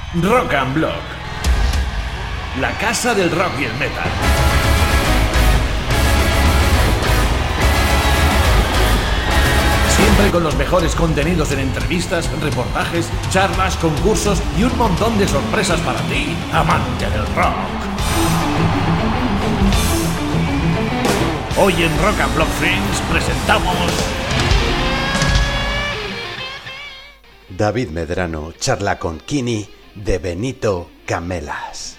Rock and Block, la casa del rock y el metal. Siempre con los mejores contenidos en entrevistas, reportajes, charlas, concursos y un montón de sorpresas para ti, amante del rock. Hoy en Rock and Block Friends presentamos... David Medrano charla con Kini de Benito Camelas.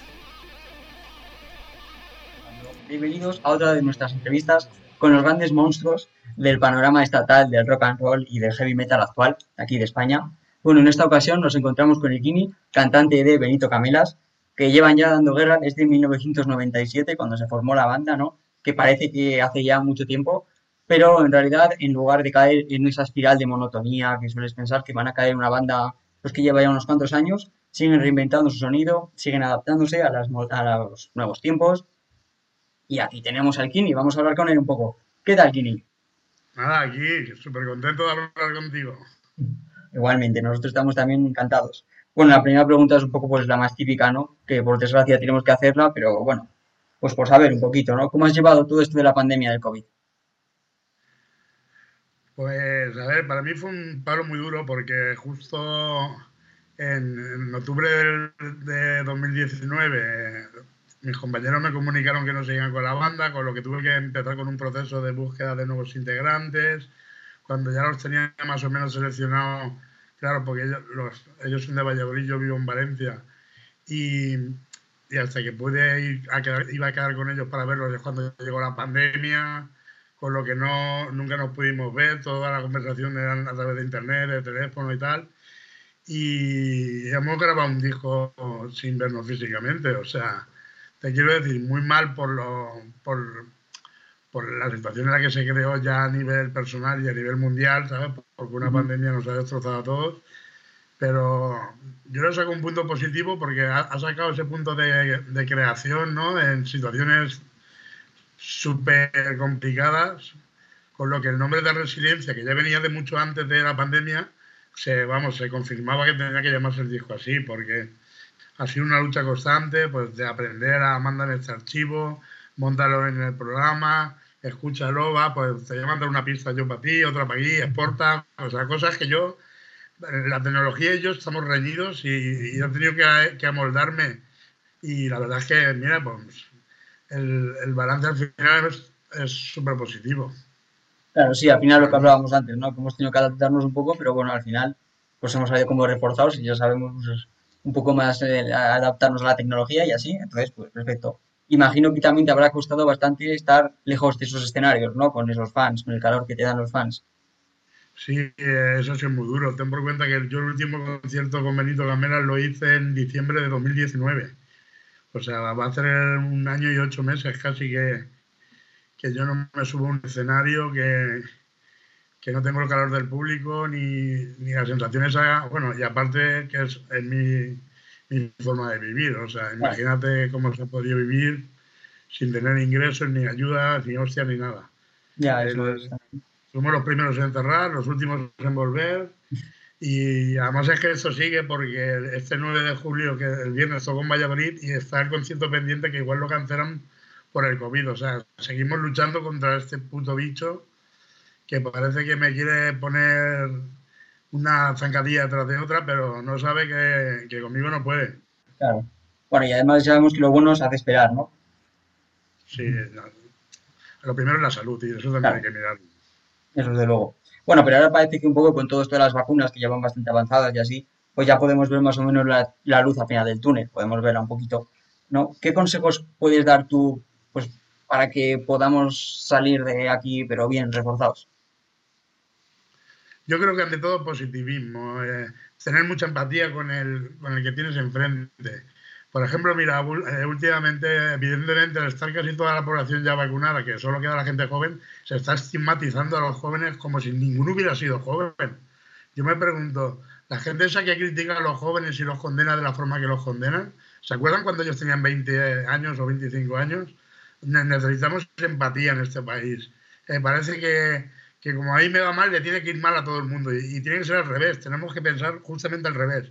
Bienvenidos a otra de nuestras entrevistas con los grandes monstruos del panorama estatal del rock and roll y del heavy metal actual, aquí de España. Bueno, en esta ocasión nos encontramos con el Kini, cantante de Benito Camelas, que llevan ya dando guerra desde 1997, cuando se formó la banda, ¿no? Que parece que hace ya mucho tiempo, pero en realidad, en lugar de caer en esa espiral de monotonía que sueles pensar que van a caer en una banda pues que lleva ya unos cuantos años, siguen reinventando su sonido, siguen adaptándose a los nuevos tiempos. Y aquí tenemos al Kini, vamos a hablar con él un poco. ¿Qué tal, Kini? Nada, aquí, súper contento de hablar contigo. Igualmente, nosotros estamos también encantados. Bueno, la primera pregunta es un poco pues la más típica, ¿no? Que por desgracia tenemos que hacerla, pero bueno, pues por saber un poquito, ¿no? ¿Cómo has llevado todo esto de la pandemia del COVID? Pues, a ver, para mí fue un palo muy duro porque justo en octubre de 2019 mis compañeros me comunicaron que no seguían con la banda, con lo que tuve que empezar con un proceso de búsqueda de nuevos integrantes. Cuando ya los tenía más o menos seleccionados, claro, porque ellos son de Valladolid, yo vivo en Valencia, y, y hasta que pude iba a quedar con ellos para verlos es cuando llegó la pandemia, con lo que nunca nos pudimos ver, toda la conversación era a través de internet, de teléfono y tal, y hemos grabado un disco sin vernos físicamente, o sea, te quiero decir, muy mal por la situación en la que se creó ya a nivel personal y a nivel mundial, ¿sabes? Porque una pandemia nos ha destrozado a todos, pero yo le saco un punto positivo porque ha sacado ese punto de creación, ¿no? En situaciones súper complicadas, con lo que el nombre de Resiliencia, que ya venía de mucho antes de la pandemia, se confirmaba que tenía que llamarse el disco así, porque ha sido una lucha constante, pues de aprender a mandar este archivo, montarlo en el programa, escúchalo, pues te voy a mandar una pista yo para ti, otra para aquí, exporta, o sea, cosas que la tecnología y yo estamos reñidos y he tenido que amoldarme, y la verdad es que, mira, pues el balance al final es súper positivo. Claro, sí, al final lo que hablábamos antes, ¿no? Que hemos tenido que adaptarnos un poco, pero bueno, al final pues hemos salido como reforzados y ya sabemos pues, un poco más adaptarnos a la tecnología y así, entonces pues perfecto. Imagino que también te habrá costado bastante estar lejos de esos escenarios, ¿no? Con esos fans, con el calor que te dan los fans. Sí, eso sí es muy duro. Ten por cuenta que yo el último concierto con Benito Camelas lo hice en diciembre de 2019. O sea, va a hacer 1 año y 8 meses casi que yo no me subo a un escenario, que no tengo el calor del público ni las sensaciones. Bueno, y aparte que es mi forma de vivir. O sea, imagínate cómo se ha podido vivir sin tener ingresos, ni ayuda, ni hostia, ni nada. Ya, eso es. Somos los primeros en cerrar, los últimos en volver. Y además es que esto sigue porque este 9 de julio, que el viernes tocó en Valladolid, y está el concierto pendiente que igual lo cancelan por el COVID. O sea, seguimos luchando contra este puto bicho que parece que me quiere poner una zancadilla detrás de otra, pero no sabe que conmigo no puede. Claro. Bueno, y además sabemos que lo bueno se hace esperar, ¿no? Sí, lo primero es la salud y eso también hay que mirarlo. Eso desde luego. Bueno, pero ahora parece que un poco con todo esto de las vacunas que ya van bastante avanzadas y así, pues ya podemos ver más o menos la luz al final del túnel, podemos verla un poquito, ¿no? ¿Qué consejos puedes dar tú, pues, para que podamos salir de aquí, pero bien reforzados? Yo creo que ante todo positivismo, tener mucha empatía con el que tienes enfrente. Por ejemplo, mira, últimamente, evidentemente, al estar casi toda la población ya vacunada, que solo queda la gente joven, se está estigmatizando a los jóvenes como si ninguno hubiera sido joven. Yo me pregunto, la gente esa que critica a los jóvenes y los condena de la forma que los condenan, ¿se acuerdan cuando ellos tenían 20 años o 25 años? Necesitamos empatía en este país. Parece que como ahí me va mal, le tiene que ir mal a todo el mundo y tiene que ser al revés. Tenemos que pensar justamente al revés.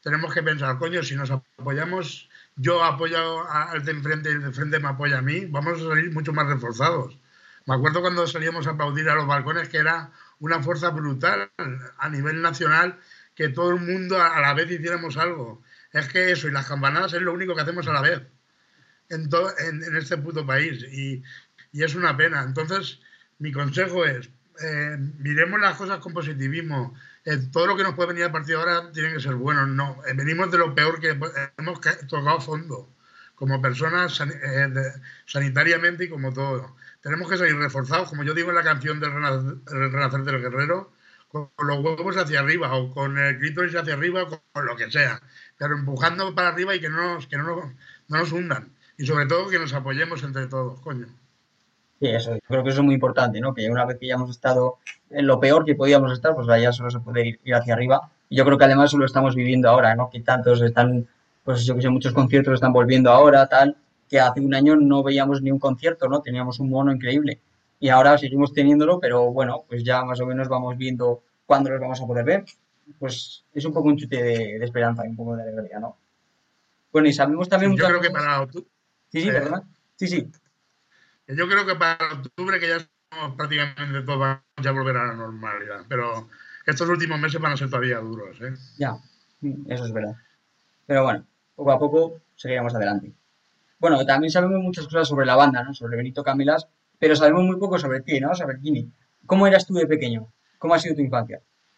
tenemos que pensar, coño, si nos apoyamos, yo apoyo al de enfrente y el de enfrente me apoya a mí, vamos a salir mucho más reforzados. Me acuerdo cuando salíamos a aplaudir a los balcones que era una fuerza brutal a nivel nacional, que todo el mundo a la vez hiciéramos algo. Es que eso y las campanadas es lo único que hacemos a la vez en este puto país y es una pena. Entonces, mi consejo es, miremos las cosas con positivismo. Todo lo que nos puede venir a partir de ahora tiene que ser bueno. No, venimos de lo peor que hemos tocado fondo, como personas sanitariamente y como todo. Tenemos que salir reforzados, como yo digo en la canción del Renacer del Guerrero, con los huevos hacia arriba o con el clítoris hacia arriba o con lo que sea, pero empujando para arriba y que no nos hundan. Y sobre todo que nos apoyemos entre todos, coño. Sí, eso, yo creo que eso es muy importante, ¿no? Que una vez que ya hemos estado en lo peor que podíamos estar, pues ya solo se puede ir hacia arriba. Y yo creo que además eso lo estamos viviendo ahora, ¿no? Que tantos están, pues yo que sé, muchos conciertos están volviendo ahora, tal, que hace un año no veíamos ni un concierto, ¿no? Teníamos un mono increíble. Y ahora seguimos teniéndolo, pero bueno, pues ya más o menos vamos viendo cuándo los vamos a poder ver. Pues es un poco un chute de esperanza y un poco de alegría, ¿no? Bueno, y sabemos también Sí, yo muchas creo que cosas. para Sí, sí, perdona. Sí, sí. yo creo que para octubre que ya estamos prácticamente todos vamos a volver a la normalidad, pero estos últimos meses van a ser todavía duros, ¿eh? Ya, eso es verdad. Pero bueno, poco a poco seguiremos adelante. Bueno, también sabemos muchas cosas sobre la banda, ¿no? Sobre Benito Camelas, pero sabemos muy poco sobre ti, ¿no? Sobre Kini. ¿Cómo eras tú de pequeño? ¿Cómo ha sido tu infancia?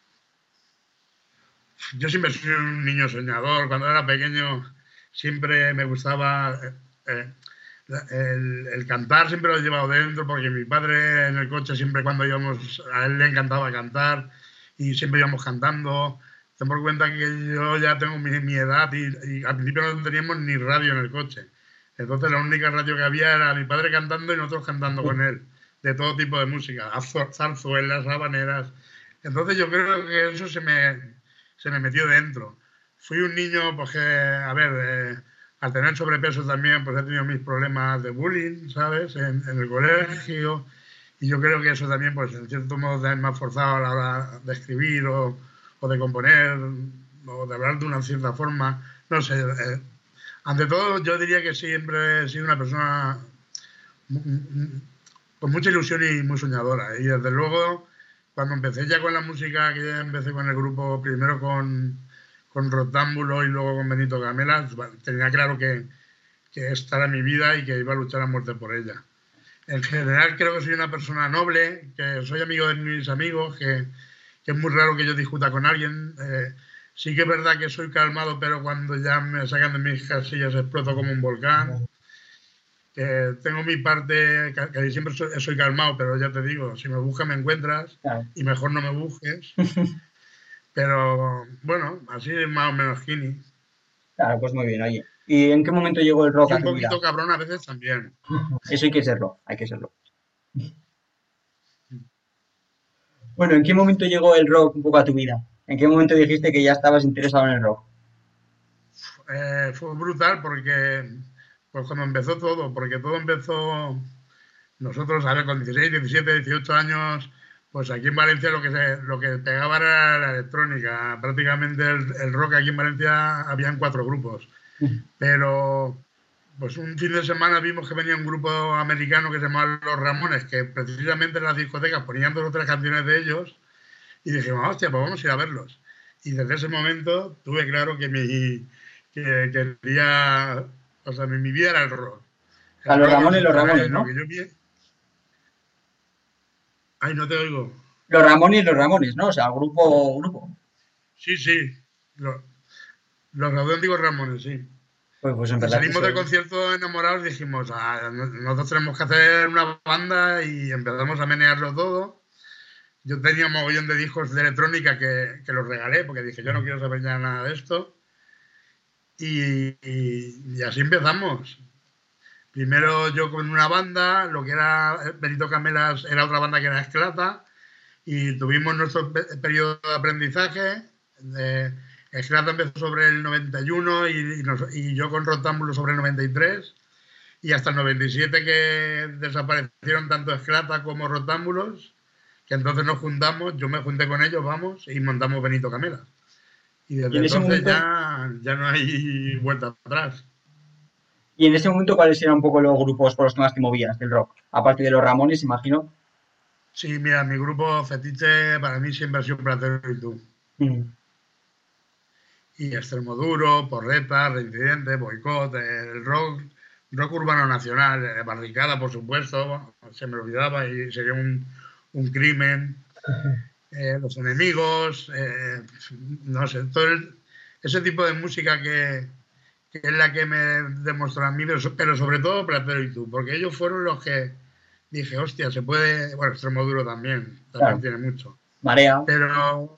Yo siempre soy un niño soñador. Cuando era pequeño siempre me gustaba el cantar, siempre lo he llevado dentro porque mi padre en el coche siempre cuando íbamos, a él le encantaba cantar y siempre íbamos cantando. Ten por cuenta que yo ya tengo mi edad y al principio no teníamos ni radio en el coche. Entonces la única radio que había era mi padre cantando y nosotros cantando con él, de todo tipo de música, zarzuelas, habaneras. Entonces yo creo que eso se me metió dentro. Fui un niño, pues que, a ver, al tener sobrepeso también, pues he tenido mis problemas de bullying, ¿sabes? En el colegio. Y yo creo que eso también, pues en cierto modo, también me ha forzado a la hora de escribir o de componer o de hablar de una cierta forma. No sé. Ante todo, yo diría que siempre he sido una persona con mucha ilusión y muy soñadora. Y desde luego, cuando empecé ya con la música, que ya empecé con el grupo, primero con Rotámbulo y luego con Benito Camelas, tenía claro que esta era mi vida y que iba a luchar a muerte por ella. En general creo que soy una persona noble, que soy amigo de mis amigos, que es muy raro que yo discuta con alguien. Sí que es verdad que soy calmado, pero cuando ya me sacan de mis casillas exploto como un volcán. Que tengo mi parte, que siempre soy calmado, pero ya te digo, si me buscas me encuentras Claro, y mejor no me busques. Pero bueno, así es más o menos Kini. claro, pues muy bien, oye. ¿Y en qué momento llegó el rock Y a un tu vida? poquito cabrón a veces también. Eso hay que serlo, hay que serlo. Bueno, ¿en qué momento llegó el rock un poco a tu vida? ¿En qué momento dijiste que ya estabas interesado en el rock? Fue brutal porque, pues cuando empezó todo, porque todo empezó, nosotros, a ver, con 16, 17, 18 años, pues aquí en Valencia lo que pegaba era la electrónica. Prácticamente el rock aquí en Valencia habían 4 grupos. Pero pues un fin de semana vimos que venía un grupo americano que se llamaba Los Ramones, que precisamente en las discotecas ponían 2 o 3 canciones de ellos, y dijimos, hostia, pues vamos a ir a verlos. Y desde ese momento tuve claro que quería, o sea, mi vida era el rock. A El rock Los era Ramones, en lo ¿no? que yo vi. Ay, no te oigo. Los Ramones, ¿no? O sea, grupo. Sí, sí, los auténticos Ramones, sí. Pues en Y verdad que salimos del eso. concierto enamorados, dijimos, nosotros tenemos que hacer una banda y empezamos a menearlo todo. Yo tenía un mogollón de discos de electrónica que los regalé porque dije, yo no quiero saber ya nada de esto. Y así empezamos. Primero yo con una banda, lo que era Benito Camelas era otra banda que era Esclata, y tuvimos nuestro periodo de aprendizaje. Esclata empezó sobre el 91 y yo con Rotámbulo sobre el 93, y hasta el 97 que desaparecieron tanto Esclata como Rotámbulos, que entonces nos juntamos, yo me junté con ellos, vamos, y montamos Benito Camelas. Y desde Y en ese entonces momento, ya no hay vuelta atrás. y en ese momento, ¿cuáles eran un poco los grupos por los que más te movías del rock? Aparte de los Ramones, imagino. Sí, mira, mi grupo fetiche para mí siempre ha sido Platero y tú. Mm, Y Extremoduro, Porreta, Reincidente, Boicot, el rock urbano nacional, Barricada, por supuesto, se me olvidaba y sería un crimen. Los Enemigos, no sé, ese tipo de música que es la que me demostró a mí, pero sobre todo Platero y tú, porque ellos fueron los que dije, hostia, se puede, bueno, Extremoduro también claro. tiene mucho, Marea. pero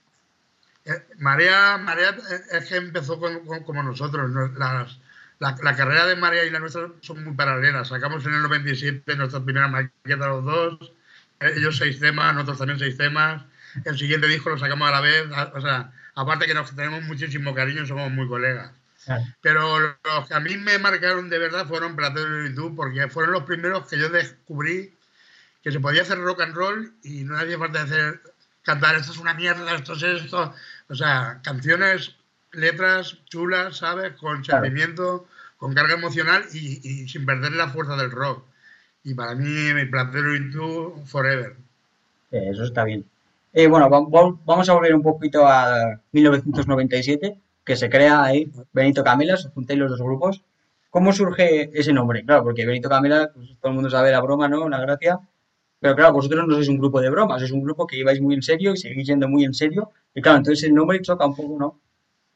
Marea es que empezó como nosotros, ¿no? La carrera de Marea y la nuestra son muy paralelas, sacamos en el 97 nuestra primera maqueta los dos, ellos 6 temas, nosotros también 6 temas, el siguiente disco lo sacamos a la vez, o sea, aparte que nos tenemos muchísimo cariño, somos muy colegas. Claro. Pero los que a mí me marcaron de verdad fueron Platero y tú, porque fueron los primeros que yo descubrí que se podía hacer rock and roll y no hacía falta cantar esto es una mierda, esto es esto. O sea, canciones, letras chulas, ¿sabes? Con Claro. sentimiento, con carga emocional y sin perder la fuerza del rock. Y para mí, mi Platero y tú, forever. Eso está bien. Bueno, vamos a volver un poquito a 1997, que se crea ahí Benito Camelas, os juntáis los dos grupos. ¿Cómo surge ese nombre? Claro, porque Benito Camelas, pues, todo el mundo sabe la broma, ¿no? La gracia. Pero claro, vosotros no sois un grupo de bromas, sois un grupo que ibais muy en serio y seguís yendo muy en serio. Y claro, entonces el nombre choca un poco, ¿no?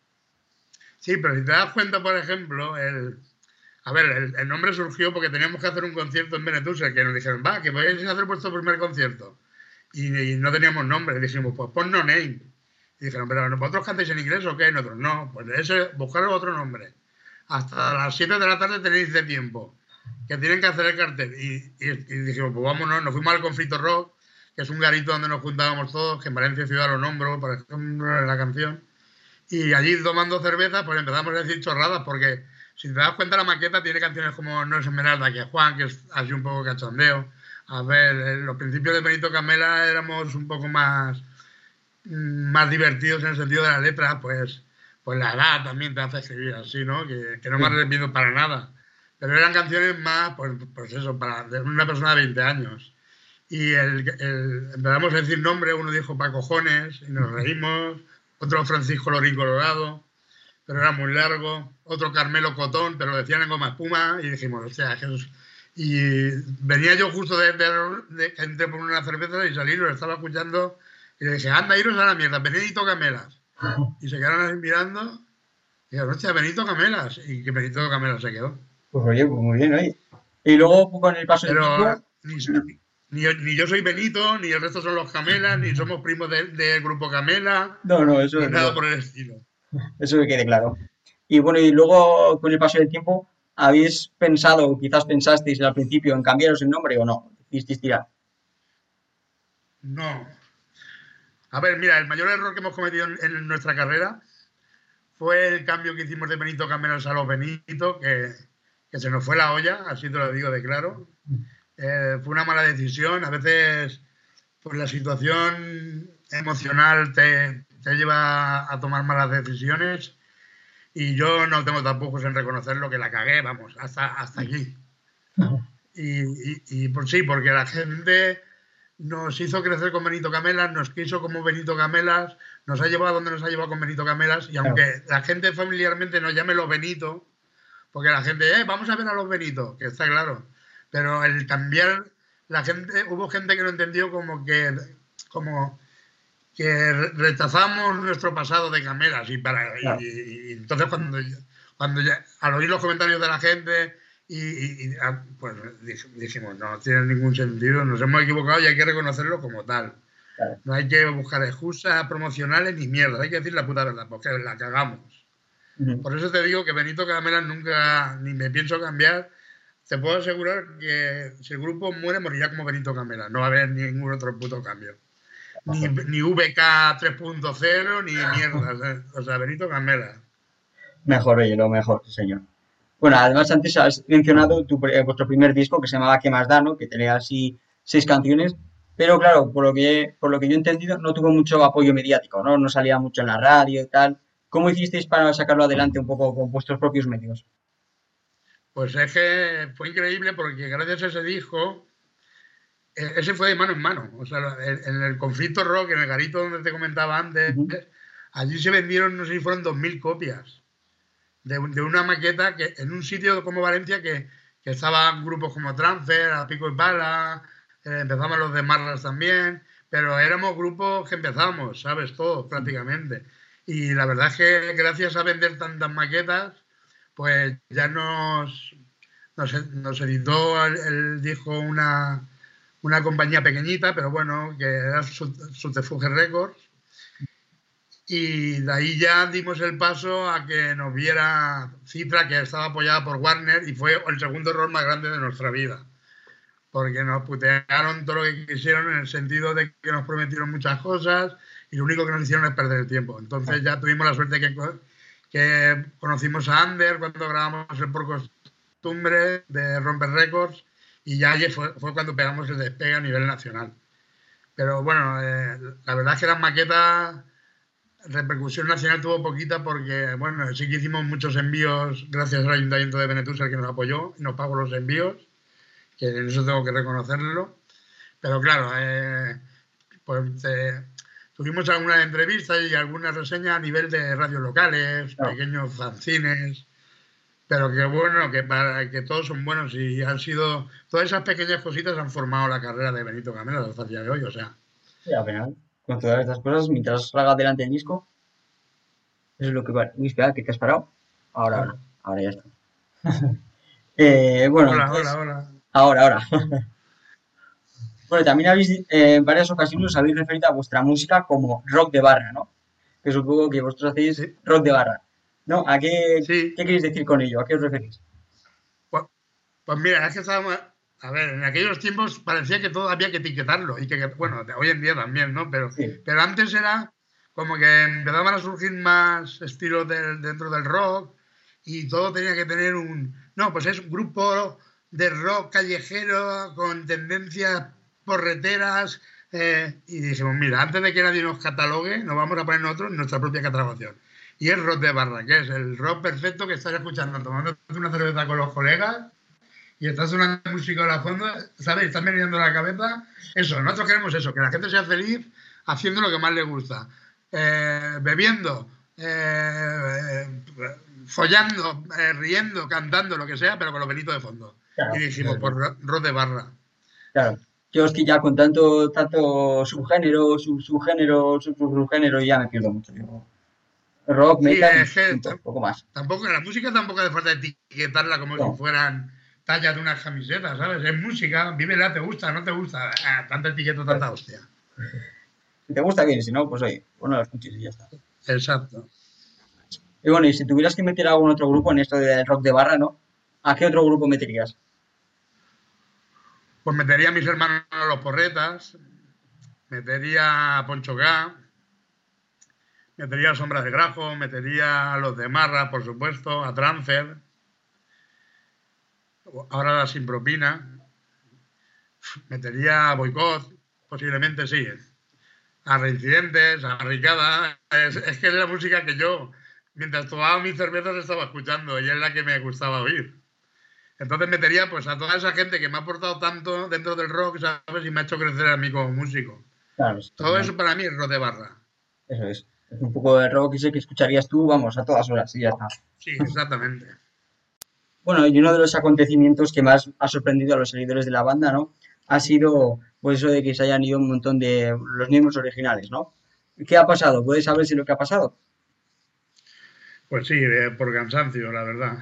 Sí, pero si te das cuenta, por ejemplo, a ver, el nombre surgió porque teníamos que hacer un concierto en Benetúser, que nos dijeron, va, que vais a hacer vuestro primer concierto. Y no teníamos nombre. Dijimos, pues pon No Name. Y dijeron, pero ¿vosotros cantáis en inglés o qué? Y nosotros, no, pues ese, buscaros otro nombre. Hasta las 7 de la tarde tenéis de tiempo, que tienen que hacer el cartel. Y dijimos, pues vámonos, nos fuimos al Conflicto Rock, que es un garito donde nos juntábamos todos, que en Valencia Ciudad lo nombro, por ejemplo, en la canción. Y allí tomando cerveza, pues empezamos a decir chorradas, porque si te das cuenta, la maqueta tiene canciones como No es Esmeralda, que Juan, que es así un poco cachondeo. A ver, en los principios de Benito Camela éramos un poco más divertidos en el sentido de la letra, pues la edad también te hace escribir así, ¿no? Que no me Sí. arrepiento para nada. Pero eran canciones más, pues eso, de una persona de 20 años. Y empezamos a decir nombre, uno dijo pa' cojones, y nos reímos, otro Francisco Lorín Colorado, pero era muy largo, otro Carmelo Cotón, pero lo decían en goma espuma, y dijimos, hostia, Jesús. Y venía yo justo que entré por una cerveza y salí, lo estaba escuchando, y le dije, anda, iros a la mierda, Benito Camelas. Y se quedaron así mirando, y dijeron, hostia, Benito Camelas, y que Benito Camelas se quedó. Pues oye, pues muy bien, oye. Y luego, con el paso del Pero tiempo, ni yo soy Benito, ni el resto son los Camelas, ni somos primos del grupo Camela, no, no, eso ni es nada luego. por el estilo. Eso que quede claro. Y bueno, y luego con el paso del tiempo, ¿habéis pensado, o quizás pensasteis al principio en cambiaros el nombre o no? Decidisteis tirar. No. A ver, mira, el mayor error que hemos cometido en nuestra carrera fue el cambio que hicimos de Benito Cameras a los Benito, que se nos fue la olla, así te lo digo de claro. Fue una mala decisión. A veces, pues la situación emocional te lleva a tomar malas decisiones y yo no tengo tapujos en reconocerlo, que la cagué, vamos, hasta aquí. Y pues sí, porque la gente nos hizo crecer con Benito Camelas, nos quiso como Benito Camelas, nos ha llevado a donde nos ha llevado con Benito Camelas, y aunque Claro, la gente familiarmente nos llame los Benito, porque la gente, vamos a ver a los Benito, que está claro, pero el cambiar, la gente, hubo gente que lo entendió como que rechazamos nuestro pasado de Camelas, claro. y entonces cuando ya, al oír los comentarios de la gente, pues dijimos, no tiene ningún sentido, nos hemos equivocado y hay que reconocerlo como tal. Claro. No hay que buscar excusas promocionales ni mierda, hay que decir la puta verdad, porque la cagamos. Ujú. Por eso te digo que Benito Camelas nunca, ni me pienso cambiar. Te puedo asegurar que si el grupo muere, morirá como Benito Camelas. No va a haber ningún otro puto cambio. Ni VK 3.0, ni mierda. O sea, Benito Camelas. Mejor, oye, lo mejor, sí, señor. Bueno, además antes has mencionado vuestro primer disco que se llamaba ¿Qué más da?, ¿no? Que tenía así 6 canciones, pero claro, por lo que yo he entendido, no tuvo mucho apoyo mediático, ¿no? No salía mucho en la radio y tal. ¿Cómo hicisteis para sacarlo adelante un poco con vuestros propios medios? Pues es que fue increíble porque gracias a ese disco, ese fue de mano en mano. O sea, en el Conflicto Rock, en el garito donde te comentaba antes, Ujú. allí se vendieron, no sé si fueron 2000 copias de una maqueta que en un sitio como Valencia que estaban grupos como Transfer, A Pico y Pala, empezamos los de Marras también, pero éramos grupos que empezamos, ¿sabes? Todos prácticamente. Y la verdad es que gracias a vender tantas maquetas, pues ya nos editó el disco una compañía pequeñita, pero bueno, que era Subterfuge Records. Y de ahí ya dimos el paso a que nos viera Citra, que estaba apoyada por Warner, y fue el segundo error más grande de nuestra vida. Porque nos putearon todo lo que quisieron en el sentido de que nos prometieron muchas cosas y lo único que nos hicieron es perder el tiempo. Entonces ya tuvimos la suerte que conocimos a Ander cuando grabamos el Por Costumbre de Romper Records y ya fue cuando pegamos el despegue a nivel nacional. Pero bueno, la verdad es que las maquetas, repercusión nacional tuvo poquita porque, bueno, sí que hicimos muchos envíos gracias al Ayuntamiento de Benetús, que nos apoyó y nos pagó los envíos, que en eso tengo que reconocerlo. Pero claro, pues tuvimos algunas entrevistas y algunas reseñas a nivel de radios locales, Claro. pequeños fanzines, pero que bueno, que todos son buenos y han sido, todas esas pequeñas cositas han formado la carrera de Benito Camelo hasta el día de hoy, o sea. Y al final, con todas estas cosas, mientras salga adelante el disco, eso es lo que vale. Uy, espera, ¿que te has parado? Ahora, Hola, ahora ya está. Bueno, hola, entonces, hola. ahora. Bueno, también habéis, en varias ocasiones os habéis referido a vuestra música como rock de barra, ¿no? Que supongo que vosotros hacéis Sí, rock de barra, ¿no? ¿Qué sí. queréis decir con ello? ¿A qué os referís? Pues, pues mira, es que estábamos, a ver, en aquellos tiempos parecía que todo había que etiquetarlo y bueno, hoy en día también, ¿no? Sí, Pero antes era como que empezaban a surgir más estilos dentro del rock y todo tenía que tener no, pues es un grupo de rock callejero con tendencias porreteras y dijimos, mira, antes de que nadie nos catalogue, nos vamos a poner nosotros nuestra propia catalogación. Y es rock de barra, que es el rock perfecto que estás escuchando tomando una cerveza con los colegas y estás una música a la fondo, ¿sabes? Estás meneando la cabeza. Eso, nosotros queremos eso, que la gente sea feliz haciendo lo que más le gusta. Bebiendo, follando, riendo, cantando, lo que sea, pero con los benitos de fondo. Y claro, dijimos, por rock de barra. claro. Yo es que ya con tanto subgénero, subgénero, ya me pierdo mucho. Digo, rock, Sí, metal y es que punto, poco más. tampoco, la música tampoco hace falta etiquetarla como si No, fueran tallas de unas camisetas, ¿sabes? Es música, vívela, te gusta, no te gusta. Tanta etiqueta, claro. tanta hostia. Si te gusta bien, si no, pues oye, pues no lo escuches y ya está. Exacto. Y bueno, y si tuvieras que meter a algún otro grupo en esto del rock de barra, ¿no? ¿A qué otro grupo meterías? Pues metería a mis hermanos a los porretas, metería a Poncho K, metería a Sombras de Grajo, metería a los de Marra, por supuesto, a Transfer, ahora la Sin Propina, metería a Boicot, posiblemente sí, a Reincidentes, a Ricada. Es que es la música que yo, mientras tomaba mis cervezas, estaba escuchando y es la que me gustaba oír. Entonces metería pues a toda esa gente que me ha aportado tanto dentro del rock, ¿sabes? Y me ha hecho crecer a mí como músico. Claro, sí, Todo eso para mí es rock de barra. eso es. Es un poco de rock que sé que escucharías tú, vamos, a todas horas y ya está. Sí, exactamente. Bueno, y uno de los acontecimientos que más ha sorprendido a los seguidores de la banda, ¿no? Ha sido, pues eso de que se hayan ido un montón de los miembros originales, ¿no? ¿Qué ha pasado? ¿Puedes saber si lo que ha pasado? Pues sí, por cansancio, la verdad.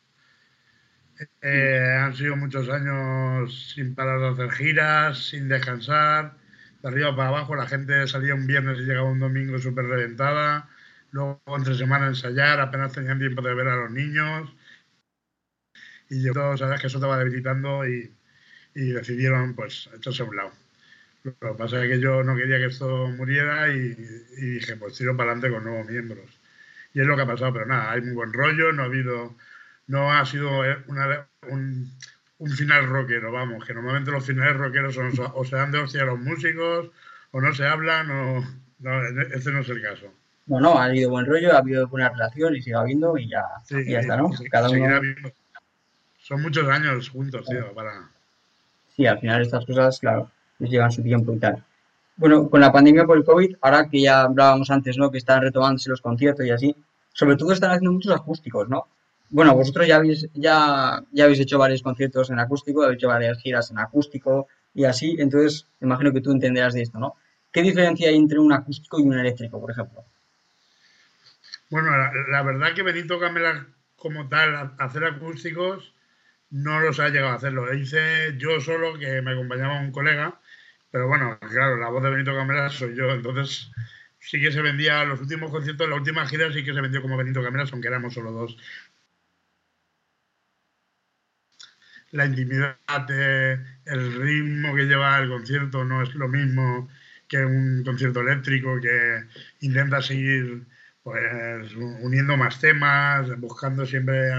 Han sido muchos años sin parar de hacer giras, sin descansar, de arriba para abajo. La gente salía un viernes y llegaba un domingo súper reventada. Luego, entre semana, ensayar, apenas tenían tiempo de ver a los niños. Y yo, sabes que eso te va debilitando y decidieron, pues, echarse a un lado. Lo que pasa es que yo no quería que esto muriera y dije, pues tiro para adelante con nuevos miembros. Y es lo que ha pasado, pero nada, hay muy buen rollo, no ha sido un final rockero, vamos, que normalmente los finales rockeros son o se dan de hostia a los músicos, o no se hablan, no, ese no es el caso. Bueno, ha habido buen rollo, ha habido buena relación y sigue habiendo Sí, y ya está, y ¿no? Cada seguirá uno, viendo. Son muchos años juntos, tío, para... sí, al final estas cosas, claro, les llevan su tiempo y tal. Bueno, con la pandemia por el COVID, ahora que ya hablábamos antes, ¿no? Que están retomándose los conciertos y así, sobre todo están haciendo muchos acústicos, ¿no? Bueno, vosotros ya habéis hecho varios conciertos en acústico, habéis hecho varias giras en acústico y así, entonces imagino que tú entenderás de esto, ¿no? ¿Qué diferencia hay entre un acústico y un eléctrico, por ejemplo? Bueno, la verdad que Benito Camela como tal, hacer acústicos, no los ha llegado a hacer. Lo hice yo solo, que me acompañaba un colega, pero bueno, claro, la voz de Benito Camela soy yo, entonces sí que se vendía, los últimos conciertos, la última gira sí que se vendió como Benito Camela, aunque éramos solo dos. La intimidad, el ritmo que lleva el concierto no es lo mismo que un concierto eléctrico que intenta seguir pues uniendo más temas, buscando siempre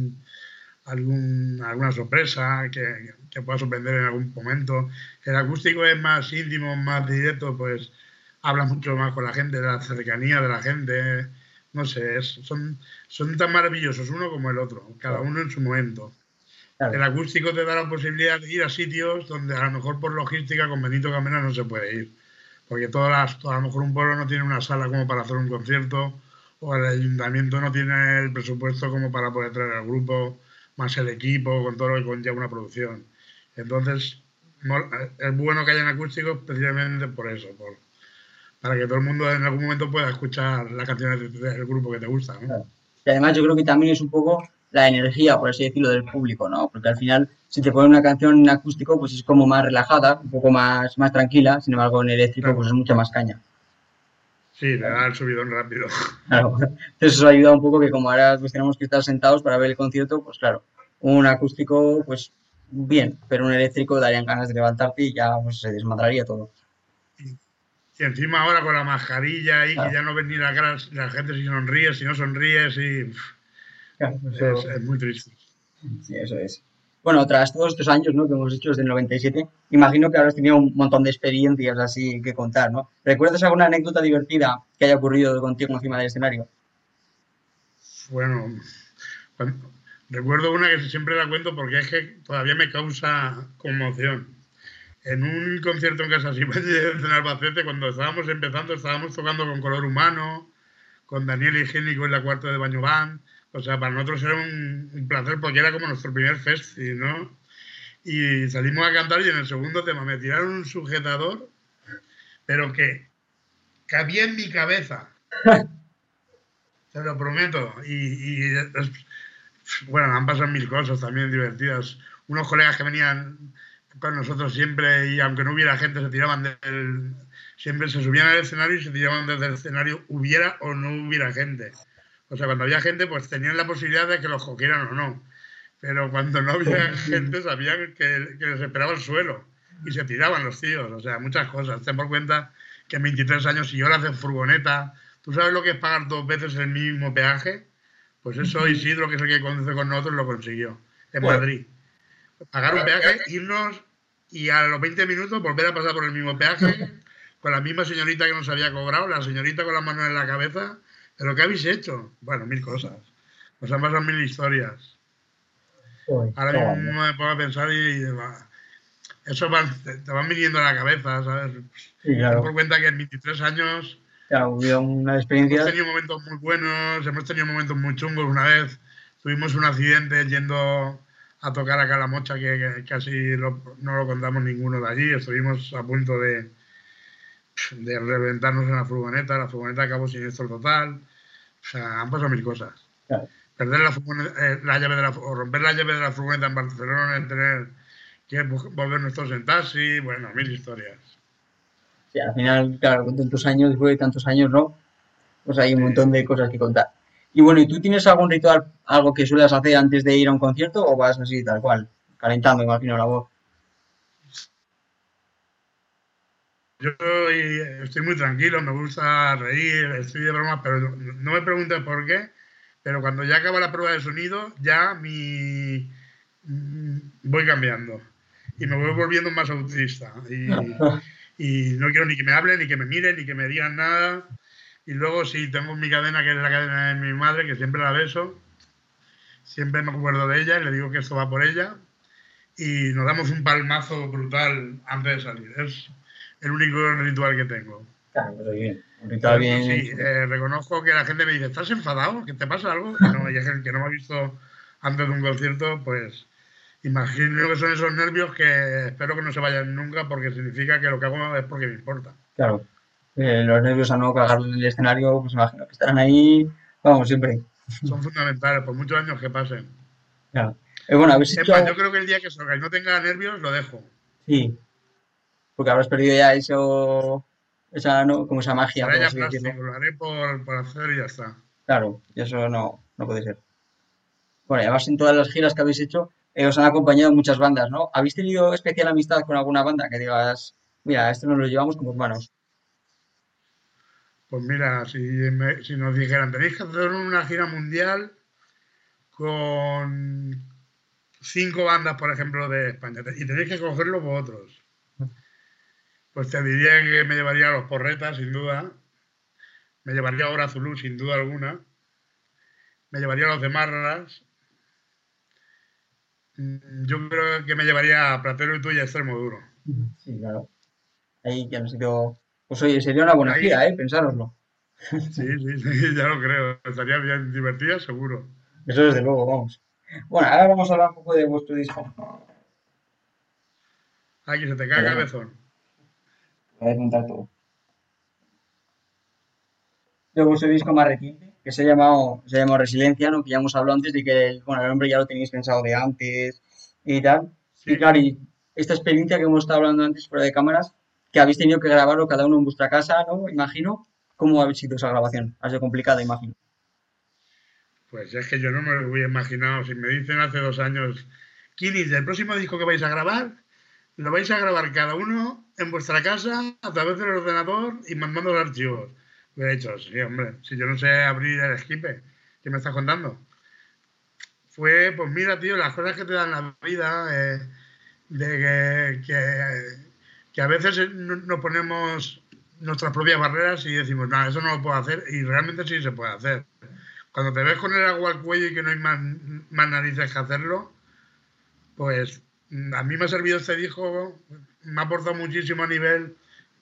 alguna sorpresa que pueda sorprender en algún momento. El acústico es más íntimo, más directo, pues habla mucho más con la gente, de la cercanía de la gente. No sé, son tan maravillosos uno como el otro, cada uno en su momento. El Claro, acústico te da la posibilidad de ir a sitios donde a lo mejor por logística con Benito Camela no se puede ir. Porque a lo mejor un pueblo no tiene una sala como para hacer un concierto, o el ayuntamiento no tiene el presupuesto como para poder traer al grupo, más el equipo, con todo lo que conlleva una producción. Entonces, es bueno que hayan acústicos precisamente por eso, para que todo el mundo en algún momento pueda escuchar las canciones del grupo que te gusta, ¿no? claro. Y además yo creo que también es un poco la energía, por así decirlo, del público, ¿no? Porque al final, si te ponen una canción en acústico, pues es como más relajada, un poco más tranquila, sin embargo, en eléctrico, pues Claro, es mucha más caña. sí, le da el subidón rápido. Claro. Entonces eso ayuda un poco que como ahora pues tenemos que estar sentados para ver el concierto, pues claro, un acústico, pues bien, pero un eléctrico darían ganas de levantarte y ya pues se desmadraría todo. Y encima ahora con la mascarilla ahí, que Claro, ya no ves ni la cara, la gente si sonríe, si no sonríe, sí, claro, es muy triste. sí, eso es. Bueno, tras todos estos años, ¿no? Que hemos hecho desde el 97, imagino que habrás tenido un montón de experiencias así que contar, ¿no? ¿Recuerdas alguna anécdota divertida que haya ocurrido contigo encima del escenario? Bueno, cuando- recuerdo una que siempre la cuento porque es que todavía me causa conmoción. En un concierto en Casa Sibel de Albacete, cuando estábamos empezando, estábamos tocando con Color Humano, con Daniel Higiénico en la cuarta de Baño Band. O sea, para nosotros era un placer porque era como nuestro primer festi, ¿no? Y salimos a cantar y en el segundo tema me tiraron un sujetador, pero que cabía en mi cabeza, te lo prometo. Bueno, han pasado mil cosas también divertidas. Unos colegas que venían con nosotros siempre y aunque no hubiera gente, se tiraban siempre se subían al escenario y se tiraban desde el escenario, hubiera o no hubiera gente. O sea, cuando había gente, pues tenían la posibilidad de que los cogieran o no. Pero cuando no había gente, sabían que les esperaba el suelo y se tiraban los tíos. O sea, muchas cosas. Ten por cuenta que en 23 años, si horas de furgoneta, ¿tú sabes lo que es pagar dos veces el mismo peaje? Pues eso Isidro, que es el que conduce con nosotros, lo consiguió en Joder, Madrid. Pagar un peaje, irnos y a los 20 minutos volver a pasar por el mismo peaje con la misma señorita que nos había cobrado, la señorita con las manos en la cabeza. ¿Pero qué habéis hecho? Bueno, mil cosas. Nos han pasado mil historias. joder, Ahora qué mismo guapo. me pongo a pensar eso te van viniendo a la cabeza, ¿sabes? Sí, Ten claro. por cuenta que en 23 años Claro, hubo unas hemos experiencias. tenido momentos muy buenos, hemos tenido momentos muy chungos. Una vez tuvimos un accidente yendo a tocar a Calamocha que casi no lo contamos ninguno de allí. Estuvimos a punto de reventarnos en la furgoneta acabó siniestro total. O sea, han pasado mil cosas. Claro. Perder la llave o romper la llave de la furgoneta en Barcelona, tener que volver nosotros en taxi, bueno, mil historias. Sí, al final, claro, con tantos años, después de tantos años, ¿no? Pues hay un Sí. montón de cosas que contar. Y bueno, ¿y tú tienes algún ritual, algo que sueles hacer antes de ir a un concierto o vas así tal cual, calentando, imagino, la voz? Estoy muy tranquilo, me gusta reír, estoy de bromas, pero no me preguntes por qué, pero cuando ya acaba la prueba de sonido, voy cambiando y me voy volviendo más autista y no quiero ni que me hablen, ni que me miren, ni que me digan nada Y luego sí, tengo mi cadena, que es la cadena de mi madre, que siempre la beso, siempre me acuerdo de ella y le digo que esto va por ella. Y nos damos un palmazo brutal antes de salir. Es el único ritual que tengo. Claro, pues bien. Un ritual Pero eso bien sí, hecho. reconozco que la gente me dice, ¿estás enfadado? ¿Que te pasa algo? Y no, y es el que no me ha visto antes de un concierto, pues imagino que son esos nervios que espero que no se vayan nunca porque significa que lo que hago es porque me importa. Claro. Los nervios a no cagar en el escenario, pues imagino que estarán ahí, vamos, siempre. Son fundamentales, por muchos años que pasen. Claro. Bueno, habéis Es hecho más, algo. yo creo que el día que salga y no tenga nervios, lo dejo. Sí, porque habrás perdido ya eso, esa, ¿no? Como esa magia, Será por ya así decirlo. plástico, lo haré por hacer y ya está. Claro, y eso no puede ser. Bueno, y además en todas las giras que habéis hecho, os han acompañado muchas bandas, ¿no? ¿Habéis tenido especial amistad con alguna banda que digas, mira, esto nos lo llevamos como hermanos? Pues mira, si nos dijeran, tenéis que hacer una gira mundial con 5 bandas, por ejemplo, de España, y tenéis que cogerlo vosotros, pues te diría que me llevaría a los Porretas, sin duda, me llevaría a Hora Zulu, sin duda alguna, me llevaría a los de Marras, yo creo que me llevaría a Platero y tú y a Extremo Duro. Sí, claro. Ahí ya no sé yo. Pues oye, sería una buena Ahí, gira, ¿eh? Pensároslo. sí, sí, sí, ya lo creo, estaría bien divertida, seguro. Eso desde luego, vamos. Bueno, ahora vamos a hablar un poco de vuestro disco. Ay, que se te cae el Perdón, cabezón. voy a desmontar todo. De vuestro disco más reciente, que se ha llamado Resiliencia, ¿no? Que ya hemos hablado antes de que bueno, el nombre ya lo teníais pensado de antes y tal. Sí, Y claro, y esta experiencia que hemos estado hablando antes fuera de cámaras, que habéis tenido que grabarlo cada uno en vuestra casa, ¿no? Imagino. ¿Cómo habéis sido esa grabación? Ha sido complicada, imagino. pues es que yo no me lo hubiera imaginado. Si me dicen hace 2 años, Kinis, el próximo disco que vais a grabar, lo vais a grabar cada uno en vuestra casa a través del ordenador y mandando los archivos. Lo he dicho, sí, hombre, si yo no sé abrir el Skype, ¿qué me estás contando? Fue, pues mira, tío, las cosas que te dan la vida, de que a veces nos ponemos nuestras propias barreras y decimos, no, eso no lo puedo hacer, y realmente sí se puede hacer. Cuando te ves con el agua al cuello y que no hay más narices que hacerlo, pues a mí me ha servido este disco, me ha aportado muchísimo a nivel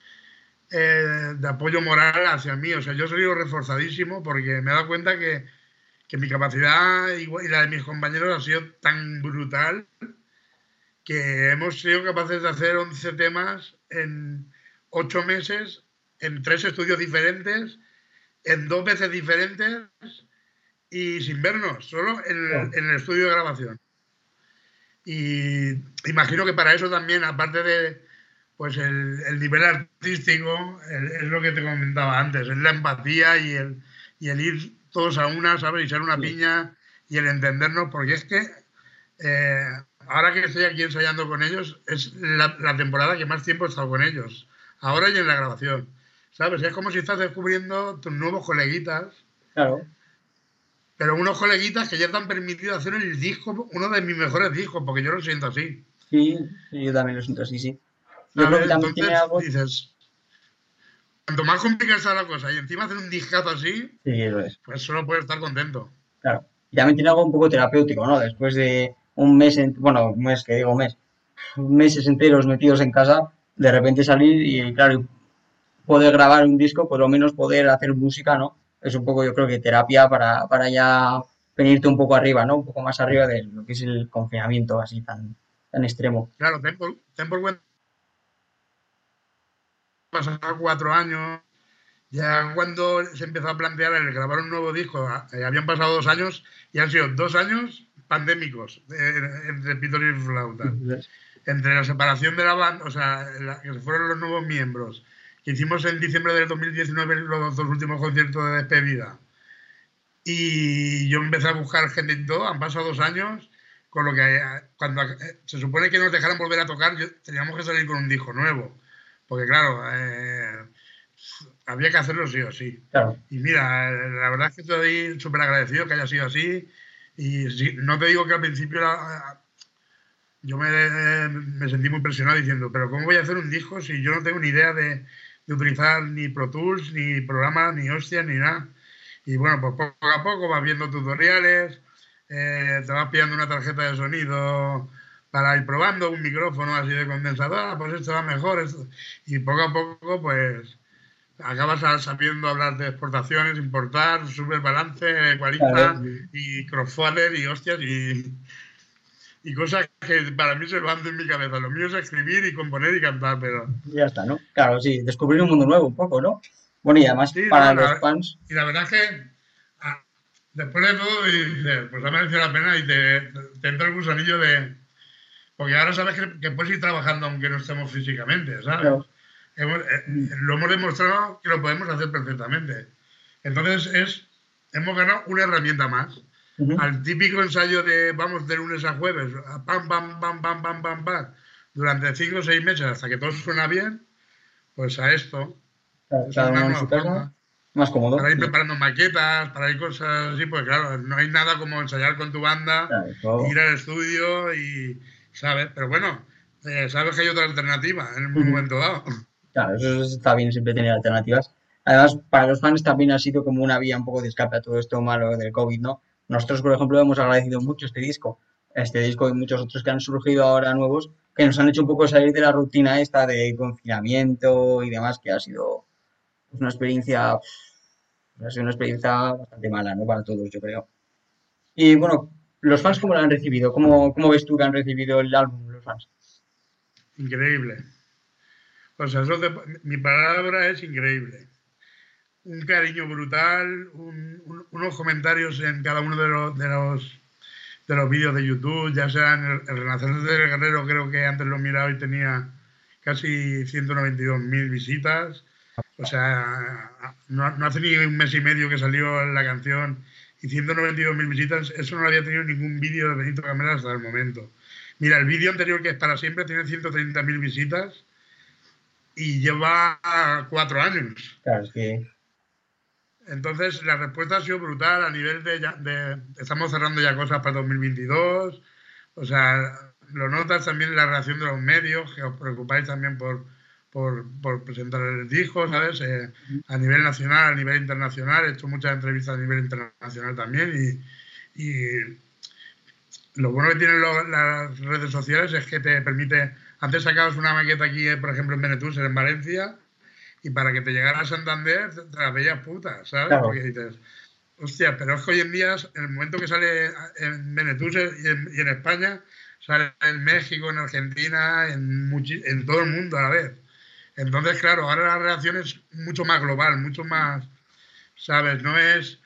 de apoyo moral hacia mí. O sea, yo soy reforzadísimo porque me he dado cuenta que mi capacidad y la de mis compañeros ha sido tan brutal que hemos sido capaces de hacer 11 temas en 8 meses, en 3 estudios diferentes, en 2 veces diferentes y sin vernos, solo Claro. en el estudio de grabación. Y imagino que para eso también, aparte de pues el nivel artístico, es lo que te comentaba antes, es la empatía y el ir todos a una, ¿sabes? Y ser una Sí, piña y el entendernos, porque es que eh, ahora que estoy aquí ensayando con ellos, es la temporada que más tiempo he estado con ellos, ahora y en la grabación, ¿sabes? Es como si estás descubriendo tus nuevos coleguitas, claro. pero unos coleguitas que ya te han permitido hacer el disco, uno de mis mejores discos, porque yo lo siento así, Sí, sí, yo también lo siento así, sí. Yo creo que ¿sabes? también tiene Entonces algo. dices, cuanto más complicada está la cosa y encima hacer un discazo así, Sí, eso es. pues solo puedes estar contento. Claro. Y también tiene algo un poco terapéutico, ¿no? Después de un mes, bueno, un mes, que digo un mes, meses enteros metidos en casa, de repente salir y, claro, poder grabar un disco, por lo menos poder hacer música, ¿no? Es un poco, yo creo que terapia para ya venirte un poco arriba, ¿no? Un poco más arriba de lo que es el confinamiento así tan extremo. Claro, ten por cuenta que pasaron 4 años. Ya cuando se empezó a plantear el grabar un nuevo disco, habían pasado 2 años y han sido 2 años pandémicos entre pitos y flautas. Entre la separación de la banda, o sea, que se fueron los nuevos miembros, que hicimos en diciembre del 2019 los 2 últimos conciertos de despedida, y yo empecé a buscar gente y todo, han pasado 2 años, con lo que cuando se supone que nos dejaran volver a tocar, teníamos que salir con un disco nuevo, porque claro, había que hacerlo sí o sí. Claro, Y mira, la verdad es que estoy súper agradecido que haya sido así, y sí, no te digo que al principio yo me sentí muy presionado diciendo, pero ¿cómo voy a hacer un disco si yo no tengo ni idea de utilizar ni Pro Tools, ni programas, ni hostias, ni nada. Y bueno, pues poco a poco vas viendo tutoriales, te vas pillando una tarjeta de sonido para ir probando, un micrófono así de condensador, pues esto va mejor. Y poco a poco, pues acabas sabiendo hablar de exportaciones, importar, super balance, ecualiza y crossfader y hostias y cosas que para mí se van de mi cabeza. Lo mío es escribir y componer y cantar, pero... Ya está, ¿no? Claro, sí, descubrir un mundo nuevo un poco, ¿no? Bueno, y además Sí, para no, los fans... y la verdad es que después de todo, dices, pues ha merecido la pena y te entra el gusanillo de... Porque ahora sabes que puedes ir trabajando aunque no estemos físicamente, ¿sabes? Claro. Lo hemos demostrado que lo podemos hacer perfectamente. Entonces hemos ganado una herramienta más. Al típico ensayo de vamos de lunes a jueves, pam, pam, pam, pam, pam, pam, pam, durante 5 o 6 meses hasta que todo suena bien, pues a esto. Claro, Es cada una uno en nueva su casa, forma. más cómodo. Para ir preparando maquetas, para ir cosas así, pues claro, no hay nada como ensayar con tu banda, Claro, ir al estudio y, ¿sabes? Pero bueno, sabes que hay otra alternativa en un momento dado. Claro, eso está bien siempre tener alternativas. Además, para los fans también ha sido como una vía un poco de escape a todo esto malo del COVID, ¿no? Nosotros, por ejemplo, hemos agradecido mucho este disco y muchos otros que han surgido ahora nuevos, que nos han hecho un poco salir de la rutina esta de confinamiento y demás, que ha sido una experiencia, ha sido una experiencia bastante mala, ¿no? Para todos, yo creo. Y bueno, ¿los fans cómo lo han recibido? ¿Cómo ves tú que han recibido el álbum, los fans? Increíble. O sea, mi palabra es increíble. Un cariño brutal, unos comentarios en cada uno de los vídeos de YouTube, ya sea en el Renacer del Guerrero, creo que antes lo he mirado y tenía casi 192.000 visitas. O sea, no hace ni un mes y medio que salió la canción y 192.000 visitas, eso no lo había tenido ningún vídeo de Benito Camelas hasta el momento. Mira, el vídeo anterior, que es Para Siempre, tiene 130.000 visitas y lleva 4 años. Claro, es que... Entonces, la respuesta ha sido brutal a nivel estamos cerrando ya cosas para 2022. O sea, lo notas también en la reacción de los medios, que os preocupáis también por presentar el disco, ¿sabes? A nivel nacional, a nivel internacional. He hecho muchas entrevistas a nivel internacional también y lo bueno que tienen las redes sociales es que te permite... Antes sacabas una maqueta aquí, por ejemplo, en Benetús, en Valencia, y para que te llegara a Santander te las veías putas, ¿sabes? Claro. Porque dices, hostia, pero es que hoy en día, en el momento que sale en Benetús y en España, sale en México, en Argentina, en todo el mundo a la vez. Entonces, claro, ahora la reacción es mucho más global, mucho más, ¿sabes? No es...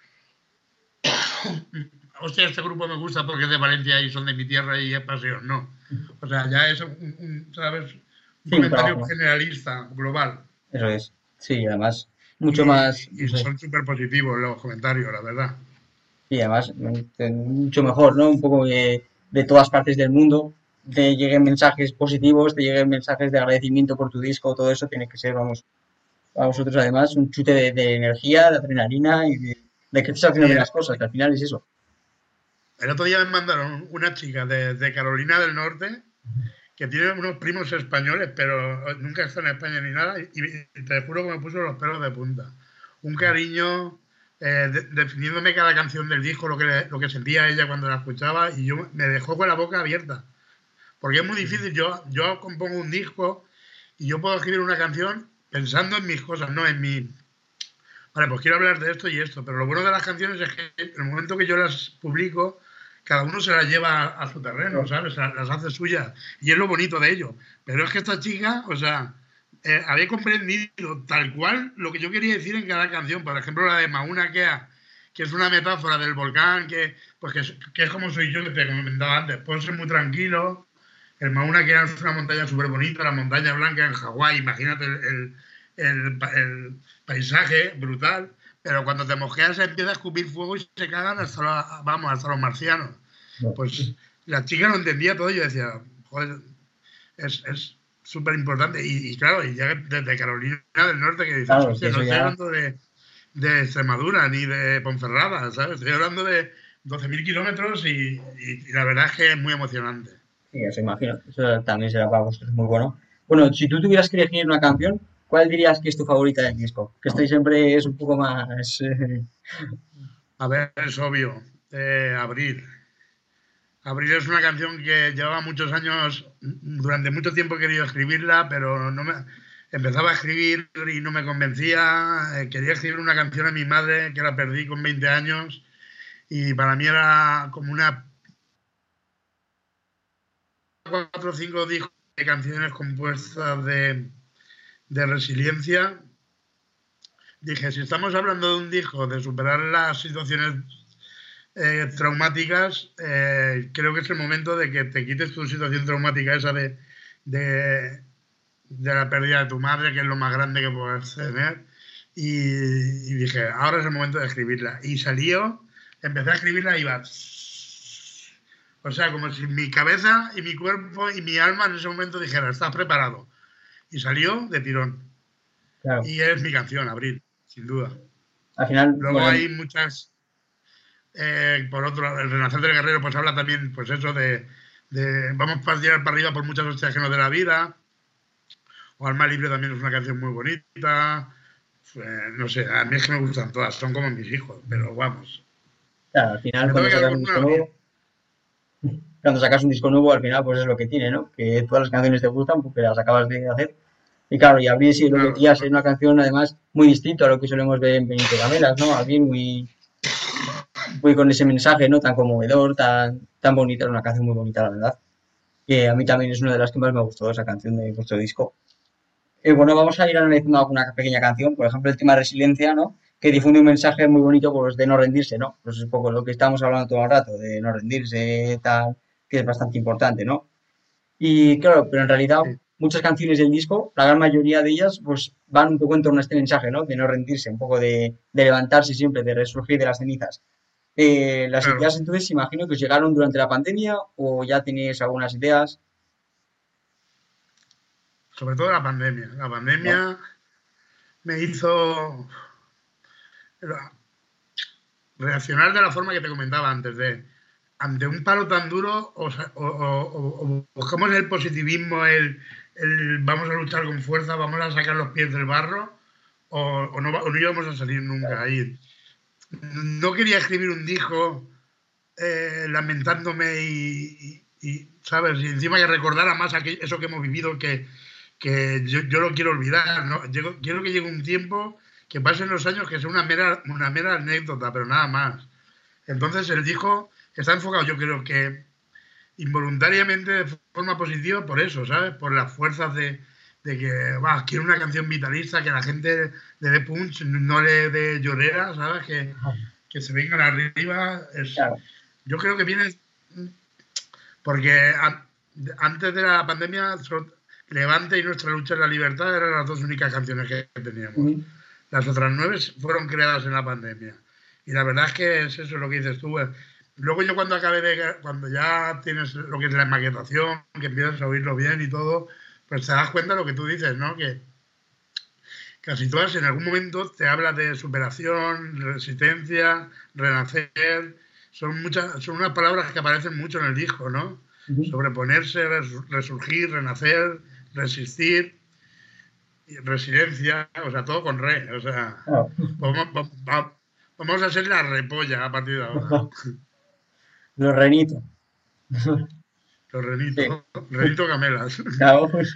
hostia, este grupo me gusta porque es de Valencia y son de mi tierra y es pasión, no. O sea, ya es ¿sabes? Un comentario generalista, global. Eso es. Sí, además, mucho más... Y son súper positivos los comentarios, la verdad. Y además, mucho mejor, ¿no? Un poco de todas partes del mundo, te lleguen mensajes positivos, te lleguen mensajes de agradecimiento por tu disco, todo eso tiene que ser, vamos, a vosotros además, un chute de energía, de adrenalina y de que estés haciendo bien las cosas, que al final es eso. El otro día me mandaron una chica de Carolina del Norte que tiene unos primos españoles, pero nunca está en España ni nada, y te juro que me puso los pelos de punta. Un cariño, definiéndome cada canción del disco, lo que sentía ella cuando la escuchaba, y yo me dejó con la boca abierta. Porque es muy difícil, yo compongo un disco y yo puedo escribir una canción pensando en mis cosas, no en mi... Vale, pues quiero hablar de esto y esto, pero lo bueno de las canciones es que en el momento que yo las publico, cada uno se las lleva a su terreno, ¿sabes? Las hace suyas. Y es lo bonito de ello. Pero es que esta chica, o sea, había comprendido tal cual lo que yo quería decir en cada canción. Por ejemplo, la de Mauna Kea, que es una metáfora del volcán, que es como soy yo, que te comentaba antes. Puedo ser muy tranquilo. El Mauna Kea es una montaña súper bonita, la montaña blanca en Hawái. Imagínate el paisaje brutal. Pero cuando te mojeas empieza a escupir fuego y se cagan hasta los marcianos. Pues la chica lo entendía todo y yo decía, joder, es súper importante. Y claro, y ya desde Carolina del Norte que dices, claro, no estoy hablando de Extremadura ni de Ponferrada, ¿sabes? Estoy hablando de 12.000 kilómetros y la verdad es que es muy emocionante. Sí, eso imagino. Eso también será para vosotros muy bueno. Bueno, si tú tuvieras que elegir una canción, ¿Cuál dirías que es tu favorita del disco? Que estoy siempre es un poco más... A ver, es obvio. Abril. Abril es una canción que llevaba muchos años, durante mucho tiempo he querido escribirla, pero no me empezaba a escribir y no me convencía. Quería escribir una canción a mi madre que la perdí con 20 años y para mí era como una 4 o 5 discos de canciones compuestas de resiliencia. Dije, si estamos hablando de un disco de superar las situaciones traumáticas, creo que es el momento de que te quites tu situación traumática esa de la pérdida de tu madre, que es lo más grande que puedes tener. Y dije, ahora es el momento de escribirla. Y salió, empecé a escribirla y iba... O sea, como si mi cabeza y mi cuerpo y mi alma en ese momento dijera, estás preparado. Y salió de tirón. Claro. Y es mi canción, Abril, sin duda. Al final... Luego hay muchas... por otro, el Renacer del Guerrero pues habla también, pues eso, de vamos para tirar para arriba por muchas hostias que nos dé la vida. O Alma Libre también es una canción muy bonita. No sé, a mí es que me gustan todas, son como mis hijos, pero vamos. Claro, al final cuando sacas un disco nuevo, al final pues es lo que tiene, ¿no? Que todas las canciones te gustan porque las acabas de hacer. Y claro, y Abril sí lo metías en una canción además muy distinto a lo que solemos ver en Benito Camelas, ¿no? Abril muy con ese mensaje, ¿no? Tan conmovedor, tan bonita, es una canción muy bonita, la verdad. Que a mí también es una de las que más me gustó, esa canción de vuestro disco. Bueno, vamos a ir analizando alguna pequeña canción, por ejemplo, el tema Resiliencia, ¿no? Que difunde un mensaje muy bonito, pues, de no rendirse, ¿no? Pues es un poco lo que estamos hablando todo el rato, de no rendirse, tal, que es bastante importante, ¿no? Y claro, pero en realidad muchas canciones del disco, la gran mayoría de ellas, pues van un poco en torno a este mensaje, ¿no? De no rendirse, un poco de levantarse siempre, de resurgir de las cenizas. Las ideas entonces imagino que os llegaron durante la pandemia o ya tenéis algunas ideas. Sobre todo la pandemia. La pandemia me hizo reaccionar de la forma que te comentaba antes, ante un palo tan duro o buscamos el positivismo, el vamos a luchar con fuerza, vamos a sacar los pies del barro o no íbamos a salir nunca ahí. No quería escribir un disco lamentándome y, ¿sabes? Y encima que recordara más eso que hemos vivido que yo lo quiero olvidar, ¿no? Quiero que llegue un tiempo, que pasen los años, que sea una mera anécdota, pero nada más. Entonces el disco está enfocado, yo creo que involuntariamente de forma positiva por eso, ¿sabes? Por las fuerzas de que quiero una canción vitalista, que la gente le dé punch, no le dé llorera, ¿sabes? Que se vengan arriba. Claro. Yo creo que viene porque antes de la pandemia Levante y Nuestra lucha en la libertad eran las dos únicas canciones que teníamos. Las otras 9 fueron creadas en la pandemia. Y la verdad es que es eso lo que dices tú. Luego yo cuando ya tienes lo que es la maquetación, que empiezas a oírlo bien y todo, pues te das cuenta de lo que tú dices, ¿no? Que casi todas en algún momento te habla de superación, resistencia, renacer. Son unas palabras que aparecen mucho en el disco, ¿no? Sobreponerse, resurgir, renacer, resistir, resiliencia, o sea, todo con re. O sea, vamos a ser la repolla a partir de ahora. Los renitos. Los renitos. Sí. Renito Camelas. Claro. Pues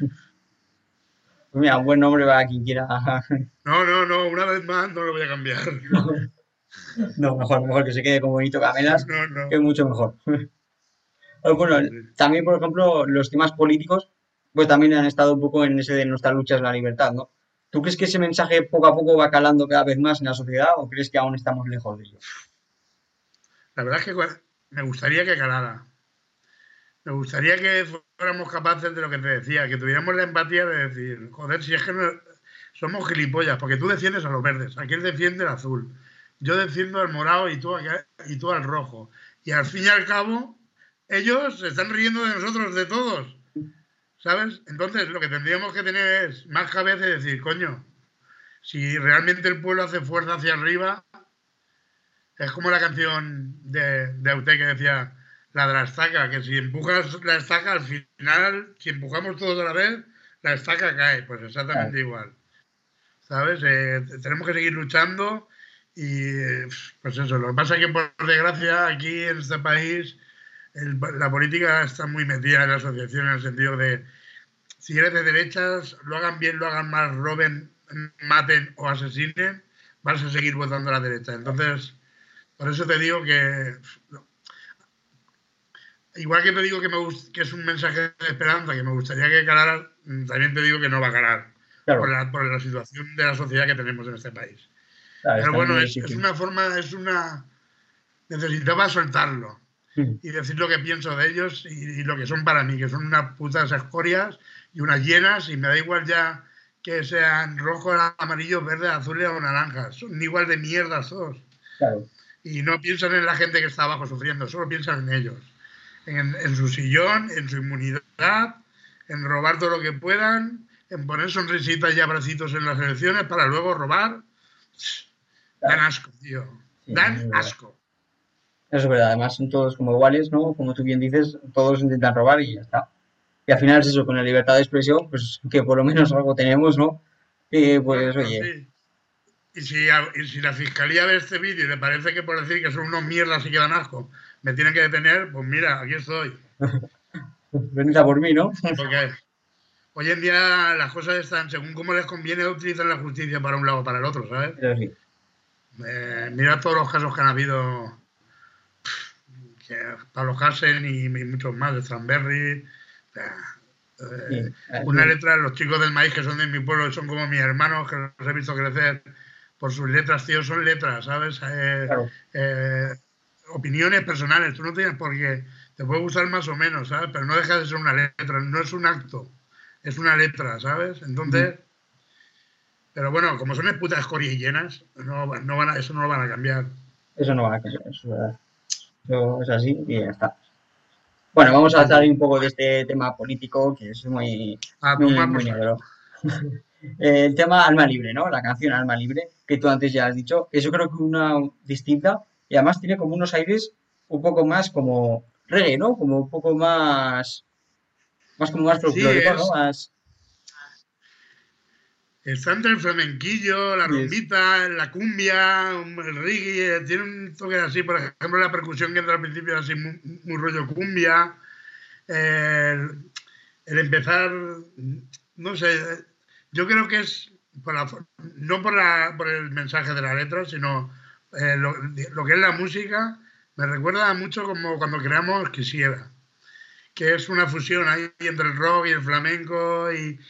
mira, un buen nombre para quien quiera. No, una vez más no lo voy a cambiar. No, mejor que se quede como Benito Camelas, que es mucho mejor. Bueno, también, por ejemplo, los temas políticos, pues también han estado un poco en ese de nuestras luchas en la libertad, ¿no? ¿Tú crees que ese mensaje poco a poco va calando cada vez más en la sociedad o crees que aún estamos lejos de ello? La verdad es que me gustaría que calara. Me gustaría que fuéramos capaces de lo que te decía, que tuviéramos la empatía de decir, joder, si es que somos gilipollas, porque tú defiendes a los verdes, aquel defiende el azul, yo defiendo al morado y tú al rojo. Y al fin y al cabo, ellos se están riendo de nosotros, de todos, ¿sabes? Entonces, lo que tendríamos que tener es más cabeza y decir, coño, si realmente el pueblo hace fuerza hacia arriba, es como la canción de Aute que decía, la de la estaca, que si empujas la estaca, al final, si empujamos todos a la vez, la estaca cae, pues exactamente igual. ¿sabes? Tenemos que seguir luchando y pues eso, lo que pasa es que por desgracia aquí en este país la política está muy metida en la asociación en el sentido de si eres de derechas, lo hagan bien, lo hagan mal, roben, maten o asesinen, vas a seguir votando a la derecha. Entonces, por eso te digo que, igual que te digo que es un mensaje de esperanza, que me gustaría que calara, también te digo que no va a calar Claro, por la situación de la sociedad que tenemos en este país. claro, Pero está muy bueno, es difícil. una forma, necesitaba soltarlo Mm, y decir lo que pienso de ellos y lo que son para mí, que son unas putas escorias y unas llenas, y me da igual ya que sean rojos, amarillos, verdes, azules o naranjas, son igual de mierdas todos. claro, Y no piensan en la gente que está abajo sufriendo, solo piensan en ellos, en su sillón, en su inmunidad, en robar todo lo que puedan, en poner sonrisitas y abracitos en las elecciones para luego robar. Dan claro. asco, tío. Sí, Dan eso es verdad. asco. Eso es verdad. Además son todos como iguales, ¿no? Como tú bien dices, todos intentan robar y ya está. Y al final es eso, con la libertad de expresión, pues que por lo menos algo tenemos, ¿no? Pues Bueno, oye, sí. Y si la fiscalía ve este vídeo y le parece que por decir que son unos mierdas y que dan asco, me tienen que detener, pues mira, aquí estoy. venid a por mí, ¿no? Porque hoy en día las cosas están, según cómo les conviene, utilizan la justicia para un lado o para el otro, ¿sabes? Eso sí. Mira todos los casos que han habido, que Pablo Hasél y muchos más, de Stranberry. Sí, Una letra, los chicos del maíz que son de mi pueblo, son como mis hermanos, que los he visto crecer por sus letras, tío, son letras, ¿sabes? claro. Eh, opiniones personales, tú no tienes por qué, te puede gustar más o menos, ¿sabes? Pero no deja de ser una letra, no es un acto, es una letra, ¿sabes? Ujú. Entonces, pero bueno, como son putas escorias llenas, eso no lo van a cambiar. Eso no va a cambiar, eso es verdad. Eso es así y ya está. Bueno, vamos a Sí, salir sí. un poco de este tema político que es muy, A muy, tomar por muy saco. negro. El tema Alma Libre, ¿no? La canción Alma Libre, que tú antes ya has dicho, eso creo que una distinta y además tiene como unos aires un poco más como reggae, ¿no? Como un poco más como más Sí, folclórico, ¿no? Más, está entre el flamenquillo, la yes. rumbita, la cumbia, el reggae, tiene un toque así, por ejemplo, la percusión que entra al principio es así muy rollo cumbia, el, el empezar, no sé, yo creo que es no por el mensaje de la letra, sino lo que es la música, me recuerda mucho como cuando creamos Quisiera, que es una fusión ahí entre el rock y el flamenco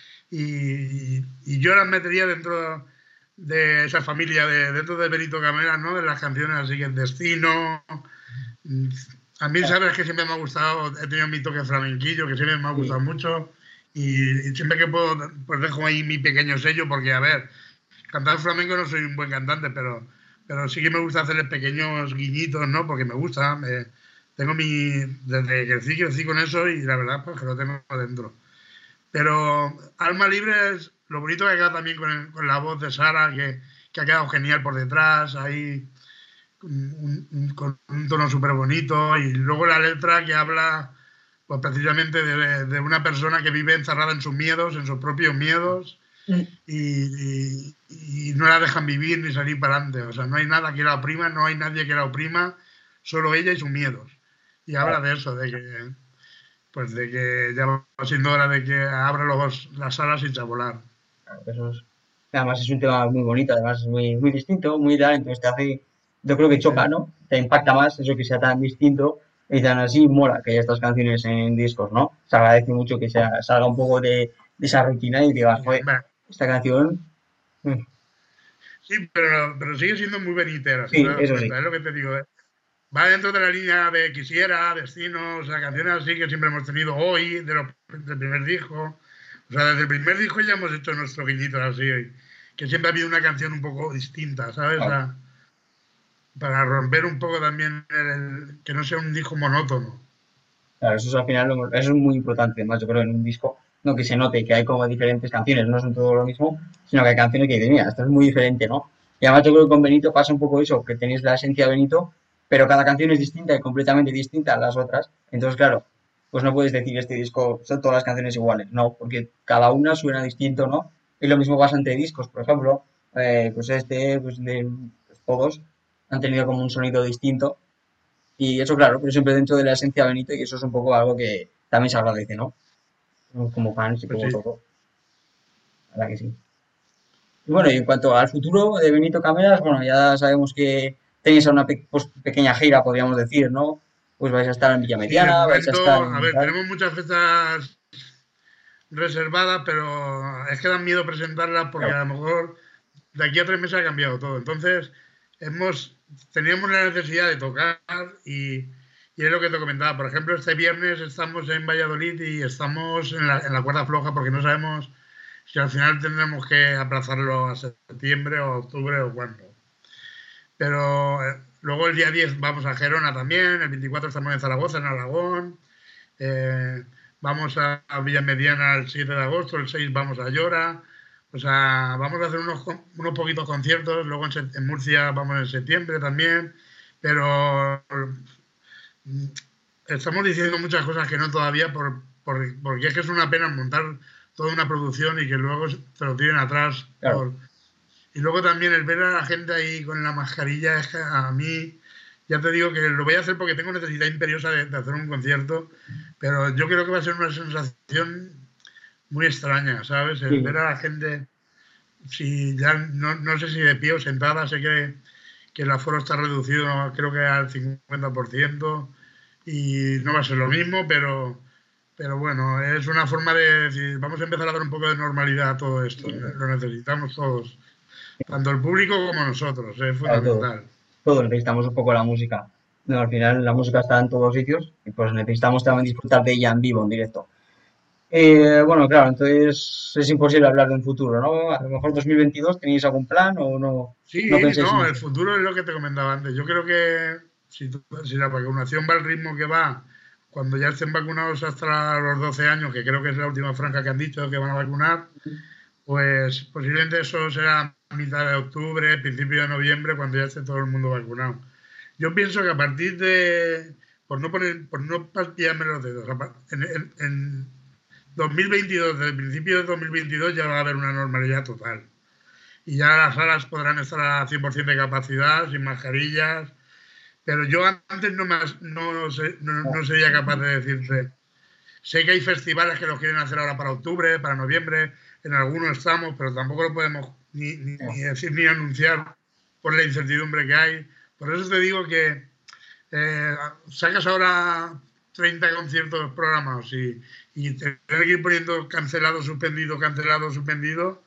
y yo las metería dentro de esa familia, dentro de Benito Cameras, ¿no? De las canciones así que el Destino. A mí sabes que siempre me ha gustado, he tenido mi toque flamenquillo, que siempre me ha Sí, gustado mucho y siempre que puedo, pues dejo ahí mi pequeño sello porque, a ver, cantar flamenco no soy un buen cantante, pero sí que me gusta hacerle pequeños guiñitos, ¿no? Porque me gusta, tengo desde que crecí con eso y la verdad pues que lo tengo dentro. Pero Alma Libre es lo bonito que ha quedado también con la voz de Sara, que ha quedado genial por detrás, ahí con un tono súper bonito. Y luego la letra que habla pues, precisamente de una persona que vive encerrada en sus miedos, en sus propios miedos, y no la dejan vivir ni salir para adelante. O sea, no hay nada que la oprima, no hay nadie que la oprima, solo ella y sus miedos. Y habla claro, de eso, de que ya va siendo hora de que abra las alas y echa a volar. claro, eso es. Además es un tema muy bonito, además es muy, muy distinto, muy tal, entonces te hace, yo creo que Sí. choca, ¿no? Te impacta más eso que sea tan distinto y tan así, mola que haya estas canciones en discos, ¿no? Se agradece mucho que salga un poco de esa rutina y digas, Sí, joder, esta canción, mm, sí, pero sigue siendo muy venitera, si te sí, das eso sí, cuenta, es lo que te digo. Va dentro de la línea de Quisiera, Destino, o sea, canciones así que siempre hemos tenido hoy, del primer disco. O sea, desde el primer disco ya hemos hecho nuestro guiñito así, que siempre ha habido una canción un poco distinta, ¿sabes? claro, Para romper un poco también que no sea un disco monótono. claro, eso es al final, eso es muy importante, además yo creo en un disco, no que se note que hay como diferentes canciones, no son todo lo mismo, sino que hay canciones que dices, mira, esto es muy diferente, ¿no? Y además yo creo que con Benito pasa un poco eso, que tenéis la esencia de Benito, pero cada canción es distinta y completamente distinta a las otras, entonces claro, pues no puedes decir este disco son todas las canciones iguales, no, porque cada una suena distinto, ¿no? Y lo mismo pasa entre discos, por ejemplo. Pues pues todos han tenido como un sonido distinto. Y eso, claro, pero siempre dentro de la esencia de Benito, y eso es un poco algo que también se agradece, ¿no? Como fans y Pues como sí. todo. La verdad que sí. Y bueno, y en cuanto al futuro de Benito Cameras, bueno, ya sabemos que tenéis una pues, pequeña gira, podríamos decir, ¿no? Pues vais a estar en Villa Sí, de Mediana, vais a estar momento, a en ver, tal. tenemos muchas fechas reservadas, pero es que dan miedo presentarlas porque Claro, a lo mejor de aquí a 3 meses ha cambiado todo. Entonces, hemos, teníamos la necesidad de tocar y es lo que te comentaba. Por ejemplo, este viernes estamos en Valladolid y estamos en la cuerda floja porque no sabemos si al final tendremos que aplazarlo a septiembre o octubre o cuándo. Pero luego el día 10 vamos a Gerona también, el 24 estamos en Zaragoza, en Alagón, eh, vamos a Villamediana el 7 de agosto, el 6 vamos a Llora, o sea, vamos a hacer unos poquitos conciertos, luego en Murcia vamos en septiembre también, pero estamos diciendo muchas cosas que no todavía porque es que es una pena montar toda una producción y que luego te lo tiren atrás claro. y luego también el ver a la gente ahí con la mascarilla, es que a mí, ya te digo que lo voy a hacer porque tengo necesidad imperiosa de hacer un concierto, pero yo creo que va a ser una sensación muy extraña, ¿sabes? El ver Sí, a la gente, si ya no sé si de pie o sentada, sé que el aforo está reducido, creo que al 50% y no va a ser lo mismo, pero bueno, es una forma de decir, vamos a empezar a dar un poco de normalidad a todo esto, lo necesitamos todos. Tanto el público como nosotros, es claro, todos. fundamental. Todos necesitamos un poco la música. No, al final la música está en todos sitios y pues necesitamos también disfrutar de ella en vivo, en directo. Bueno, claro, entonces es imposible hablar de un futuro, ¿no? A lo mejor 2022 tenéis algún plan o no Sí, pensáis en no, el eso. futuro es lo que te comentaba antes. Yo creo que si la vacunación va al ritmo que va, cuando ya estén vacunados hasta los 12 años, que creo que es la última franja que han dicho que van a vacunar, pues posiblemente eso será a mitad de octubre, principio de noviembre, cuando ya esté todo el mundo vacunado. Yo pienso que a partir de, por no pillarme los dedos, en 2022, desde el principio de 2022 ya va a haber una normalidad total. Y ya las salas podrán estar a 100% de capacidad, sin mascarillas, pero yo antes no sería capaz de decirte. Sé que hay festivales que los quieren hacer ahora para octubre, para noviembre, en algunos estamos, pero tampoco lo podemos ni decir ni anunciar por la incertidumbre que hay. Por eso te digo que eh, sacas ahora 30 conciertos programados y tener que ir poniendo cancelado, suspendido,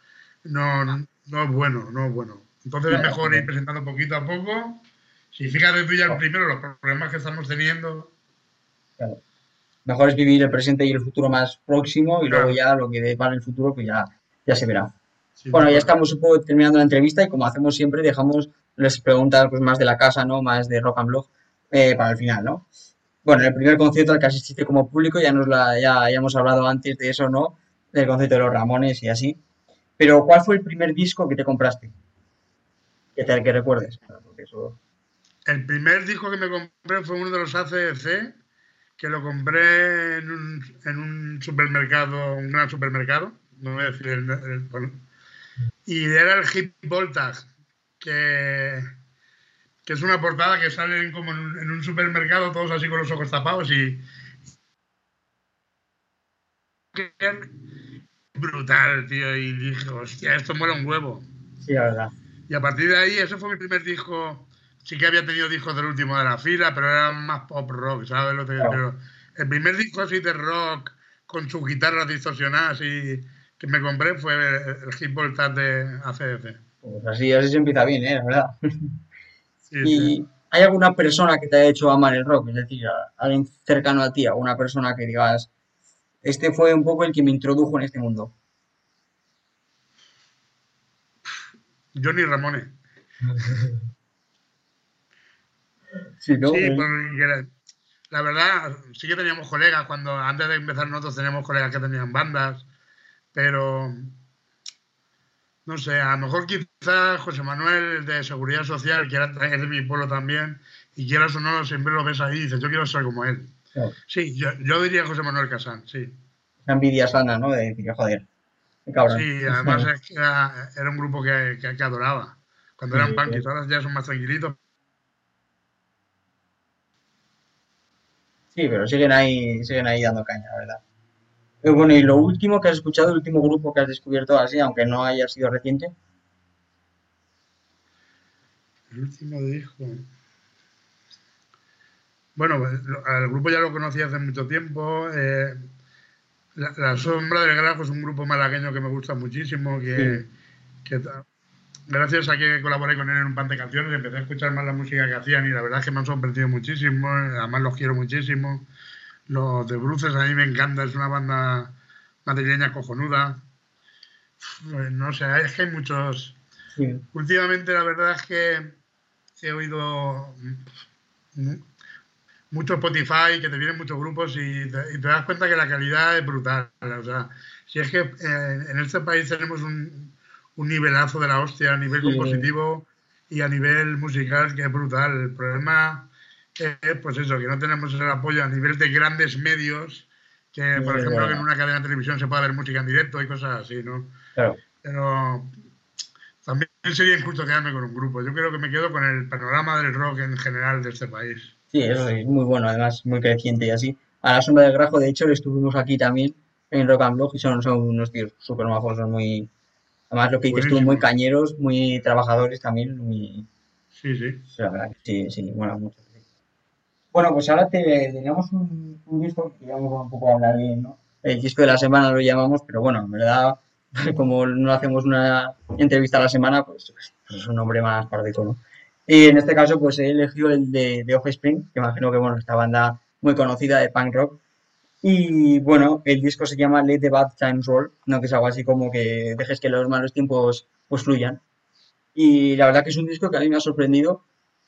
no es bueno, no es bueno. Entonces es No, mejor ir presentando poquito a poco. Si fíjate tú ya el no, primero, los problemas que estamos teniendo, claro. Mejor es vivir el presente y el futuro más próximo y luego claro, ya lo que depara el futuro pues ya se verá. sin Bueno, ya duda. estamos un poco terminando la entrevista y como hacemos siempre dejamos las preguntas pues, más de la casa, ¿no? Más de Rock and Blog para el final, ¿no? Bueno, el primer concierto al que asististe como público ya hemos hablado antes de eso, ¿no? Del concierto de los Ramones y así. Pero ¿cuál fue el primer disco que te compraste? Que recuerdes. Claro, porque eso... El primer disco que me compré fue uno de los AC/DC, que lo compré en un supermercado, un gran supermercado, no voy a decir bueno, y era el Hip Voltage, que, que es una portada que salen como en un supermercado, todos así con los ojos tapados y brutal, tío, y dije, hostia, esto mola un huevo. Sí, la verdad. Y a partir de ahí, ese fue mi primer disco. Sí que había tenido discos del último de la fila, pero era más pop rock, ¿sabes? Claro. Pero el primer disco así de rock, con sus guitarras distorsionadas y que me compré fue el Hit Voltage de ACDC. Pues así se empieza bien, ¿eh? La verdad. Sí, sí. ¿Y hay alguna persona que te haya hecho amar el rock? Es decir, alguien cercano a ti, alguna persona que digas, este fue un poco el que me introdujo en este mundo. Johnny Ramone. Sí, ¿no? Sí, porque la verdad, sí que teníamos colegas, cuando antes de empezar nosotros teníamos colegas que tenían bandas, pero no sé, a lo mejor quizás José Manuel de Seguridad Social, que es de mi pueblo también, y quieras o no, siempre lo ves ahí y dices, yo quiero ser como él. Claro. Sí, yo diría José Manuel Casán, sí. Esa envidia sana, ¿no? De decir, joder, Qué cabrón. Sí, además es que era un grupo que adoraba. Cuando Sí, eran sí, punkis, ahora ya son más tranquilitos. sí, pero siguen ahí dando caña, la verdad. Bueno, y lo último que has escuchado, el último grupo que has descubierto así, aunque no haya sido reciente. El último disco. Bueno, pues, al grupo ya lo conocí hace mucho tiempo. La Sombra del Grafo es un grupo malagueño que me gusta muchísimo, Sí, que gracias a que colaboré con él en un par de canciones, empecé a escuchar más la música que hacían y la verdad es que me han sorprendido muchísimo, además los quiero muchísimo. Los de Bruces a mí me encanta, es una banda madrileña cojonuda. No sé, es que hay muchos. sí, Últimamente la verdad es que he oído mucho Spotify, que te vienen muchos grupos y te das cuenta que la calidad es brutal. O sea, si es que en este país tenemos un nivelazo de la hostia a nivel sí, compositivo y a nivel musical que es brutal. El problema es, pues eso, que no tenemos el apoyo a nivel de grandes medios, que sí, por es ejemplo que en verdad. una cadena de televisión se pueda ver música en directo y cosas así, ¿no? Claro. Pero también sería injusto quedarme con un grupo. Yo creo que me quedo con el panorama del rock en general de este país. Sí, eso sí, es muy bueno, además muy creciente y así. A la Sombra del Grajo, de hecho, le estuvimos aquí también en Rock and Block y son unos tíos súper majos, son muy, además lo que dices tú, muy Buenísimo. cañeros, muy trabajadores también, muy, Sí, sí. la verdad que sí, sí, bueno, mucho. Bueno, pues ahora teníamos un disco que íbamos un poco a hablar bien, ¿no? El disco de la semana lo llamamos, pero bueno, en verdad, como no hacemos una entrevista a la semana, pues es un nombre más pardico, ¿no? Y en este caso, pues he elegido el de Offspring, que imagino que, bueno, esta banda muy conocida de punk rock. Y bueno, el disco se llama Let the Bad Times Roll, ¿no? Que es algo así como que dejes que los malos tiempos pues fluyan. Y la verdad que es un disco que a mí me ha sorprendido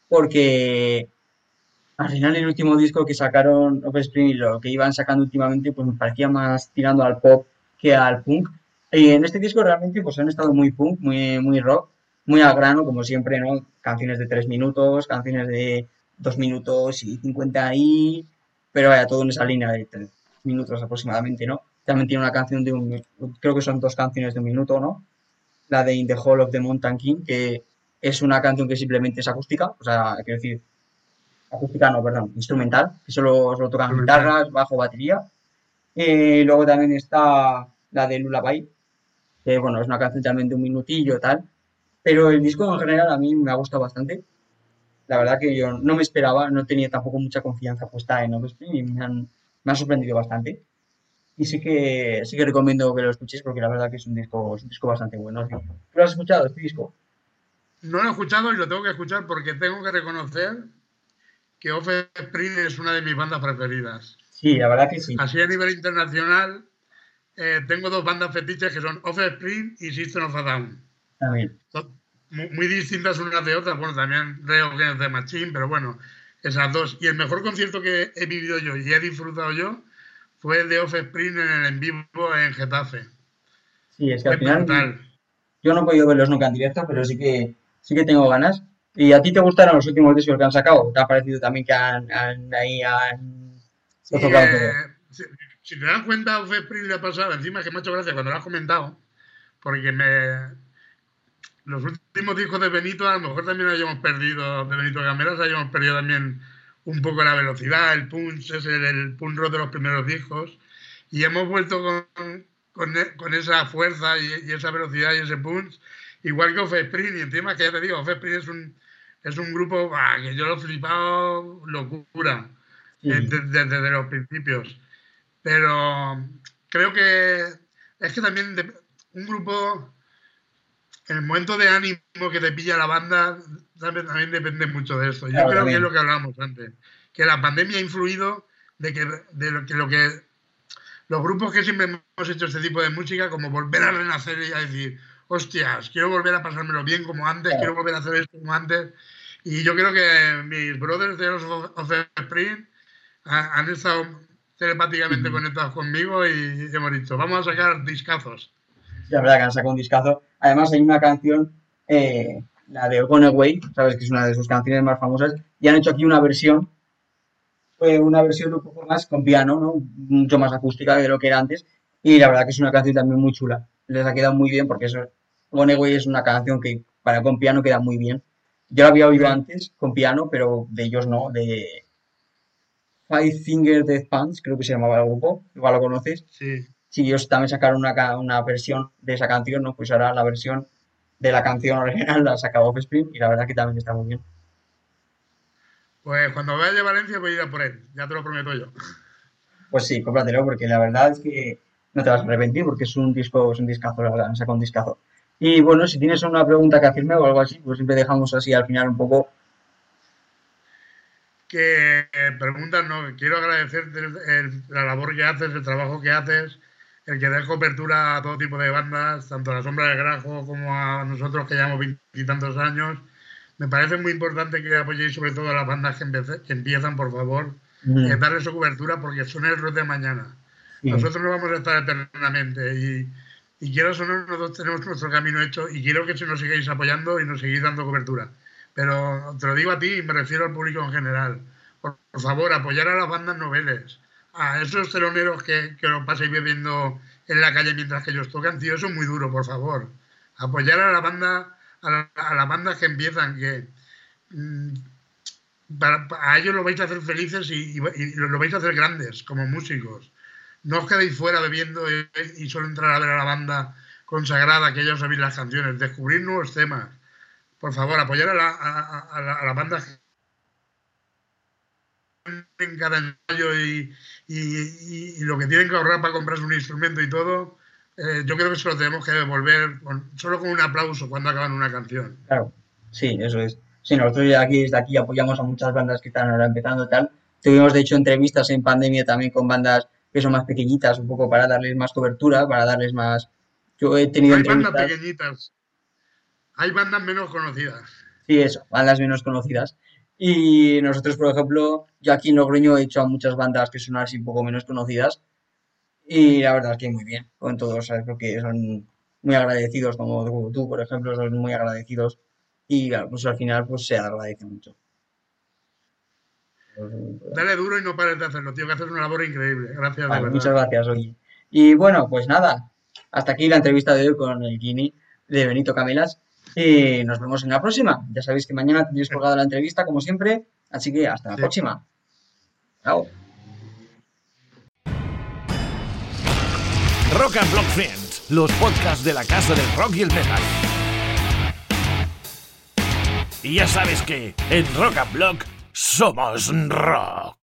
porque al final el último disco que sacaron Offspring y lo que iban sacando últimamente pues me parecía más tirando al pop que al punk. Y en este disco realmente pues han estado muy punk, muy rock, muy al grano como siempre, ¿no? Canciones de 3 minutos, canciones de 2 minutos y 50 y... Pero vaya, todo en esa línea de 3 minutos aproximadamente, ¿no? También tiene una canción de creo que son dos canciones de 1 minuto, ¿no? La de In the Hall of the Mountain King, que es una canción que simplemente es acústica, o sea, quiero decir, acústica no, perdón, instrumental, que solo tocan Instrumental. guitarras, bajo, batería. Luego también está la de Lullaby, que bueno, es una canción también de 1 minutillo tal. Pero el disco en general a mí me ha gustado bastante. La verdad que yo no me esperaba, no tenía tampoco mucha confianza puesta en Offspring y me han sorprendido bastante. Y sí que recomiendo que lo escuchéis porque la verdad que es un disco bastante bueno. ¿Sí? ¿Tú lo has escuchado, este disco? No lo he escuchado y lo tengo que escuchar porque tengo que reconocer que Offspring es una de mis bandas preferidas. Sí, la verdad que sí. Así a nivel internacional, tengo dos bandas fetiches que son Offspring y System of a Down. También. Muy distintas unas de otras. Bueno, también creo que es de Machine, pero bueno, esas dos. Y el mejor concierto que he vivido yo y he disfrutado yo fue el de Offspring en el en vivo en Getafe. Sí, es que al Fue final brutal. yo no he podido verlos nunca en directo, pero sí que tengo ganas. ¿Y a ti te gustaron los últimos discos que han sacado? ¿Te ha parecido también que han Sí, lo tocado todo? si te das cuenta, Offspring le ha pasado. Encima es que me ha hecho gracia cuando lo has comentado, porque los últimos discos de Benito, a lo mejor también hayamos perdido, de Benito Gameras, hayamos perdido también un poco la velocidad, el punch, ese del punk rock de los primeros discos, y hemos vuelto con esa fuerza y esa velocidad y ese punch, igual que Offspring, y encima que ya te digo, Offspring es un grupo que yo lo he flipado locura Sí, desde los principios, pero creo que es que también un grupo en el momento de ánimo que te pilla la banda, también depende mucho de esto. Yo claro, creo que es lo también. que hablábamos antes, que la pandemia ha influido de que los grupos que siempre hemos hecho este tipo de música, como volver a renacer y a decir, hostias, quiero volver a pasármelo bien como antes, quiero Claro. volver a hacer esto como antes. Y yo creo que mis brothers de los of Spring han estado telepáticamente Ujú. conectados conmigo y hemos dicho, vamos a sacar discazos. Sí, la verdad que han sacado un discazo. Además hay una canción, la de Gone Away, sabes que es una de sus canciones más famosas, y han hecho aquí una versión un poco más con piano, ¿no? Mucho más acústica de lo que era antes. Y la verdad que es una canción también muy chula. les ha quedado muy bien porque eso, Gone Away es una canción que para con piano queda muy bien. Yo la había oído antes con piano, pero de ellos no, de Five Finger Death Punch, creo que se llamaba el grupo, igual lo conoces. Sí. Sí, ellos también sacaron una versión de esa canción, ¿no? Pues ahora la versión de la canción original la ha sacado Offspring y la verdad que también está muy bien. Pues cuando vaya a Valencia voy a ir a por él, ya te lo prometo yo. Pues sí, cómpratelo porque la verdad es que no te vas a arrepentir porque es un discazo, la verdad, han sacado un discazo. Y bueno, si tienes una pregunta que hacerme o algo así, pues siempre dejamos así al final un poco. Que preguntas, no, quiero agradecerte la labor que haces, el trabajo que haces, el que des cobertura a todo tipo de bandas, tanto a La Sombra del Grajo como a nosotros que llevamos veintitantos años. Me parece muy importante que apoyéis sobre todo a las bandas que empiezan, por favor, darles su cobertura porque son el rock de mañana. Sí, Nosotros no vamos a estar eternamente y quiero o no, nosotros tenemos nuestro camino hecho y quiero que se nos sigáis apoyando y nos seguís dando cobertura. Pero te lo digo a ti y me refiero al público en general. Por favor, apoyar a las bandas noveles, a esos teloneros que lo paséis bebiendo en la calle mientras que ellos tocan, tío, eso es muy duro, por favor. Apoyar a la banda, a las bandas que empiezan, que a ellos lo vais a hacer felices y lo vais a hacer grandes como músicos. No os quedéis fuera bebiendo y solo entrar a ver a la banda consagrada que ya os sabéis las canciones, descubrir nuevos temas. Por favor, apoyar a la banda en cada ensayo y lo que tienen que ahorrar para comprarse un instrumento y todo, yo creo que se lo tenemos que devolver solo con un aplauso cuando acaban una canción. claro, sí, eso es. Sí, nosotros ya aquí, desde aquí apoyamos a muchas bandas que están ahora empezando y tal. Tuvimos, de hecho, entrevistas en pandemia también con bandas que son más pequeñitas, un poco para darles más cobertura, para darles más. Yo he tenido Hay bandas entrevistas. pequeñitas, hay bandas menos conocidas. Sí, eso, bandas menos conocidas. Y nosotros, por ejemplo, yo aquí en Logroño he hecho a muchas bandas que son así un poco menos conocidas y la verdad es que muy bien con todos, ¿sabes? Porque son muy agradecidos, como tú, por ejemplo, son muy agradecidos y claro, pues al final pues se agradece mucho. Dale duro y no pares de hacerlo, tío, que haces una labor increíble. Gracias, de Vale, muchas verdad. gracias, oye. Y bueno, pues nada, hasta aquí la entrevista de hoy con el Kini de Benito Camelas y nos vemos en la próxima. Ya sabéis que mañana tendréis colgada la entrevista, como siempre, así que hasta la Sí. próxima. Chao. Rock and Block Friends, los podcasts de la casa del rock y el metal. Y ya sabes que en Rock and Block somos rock.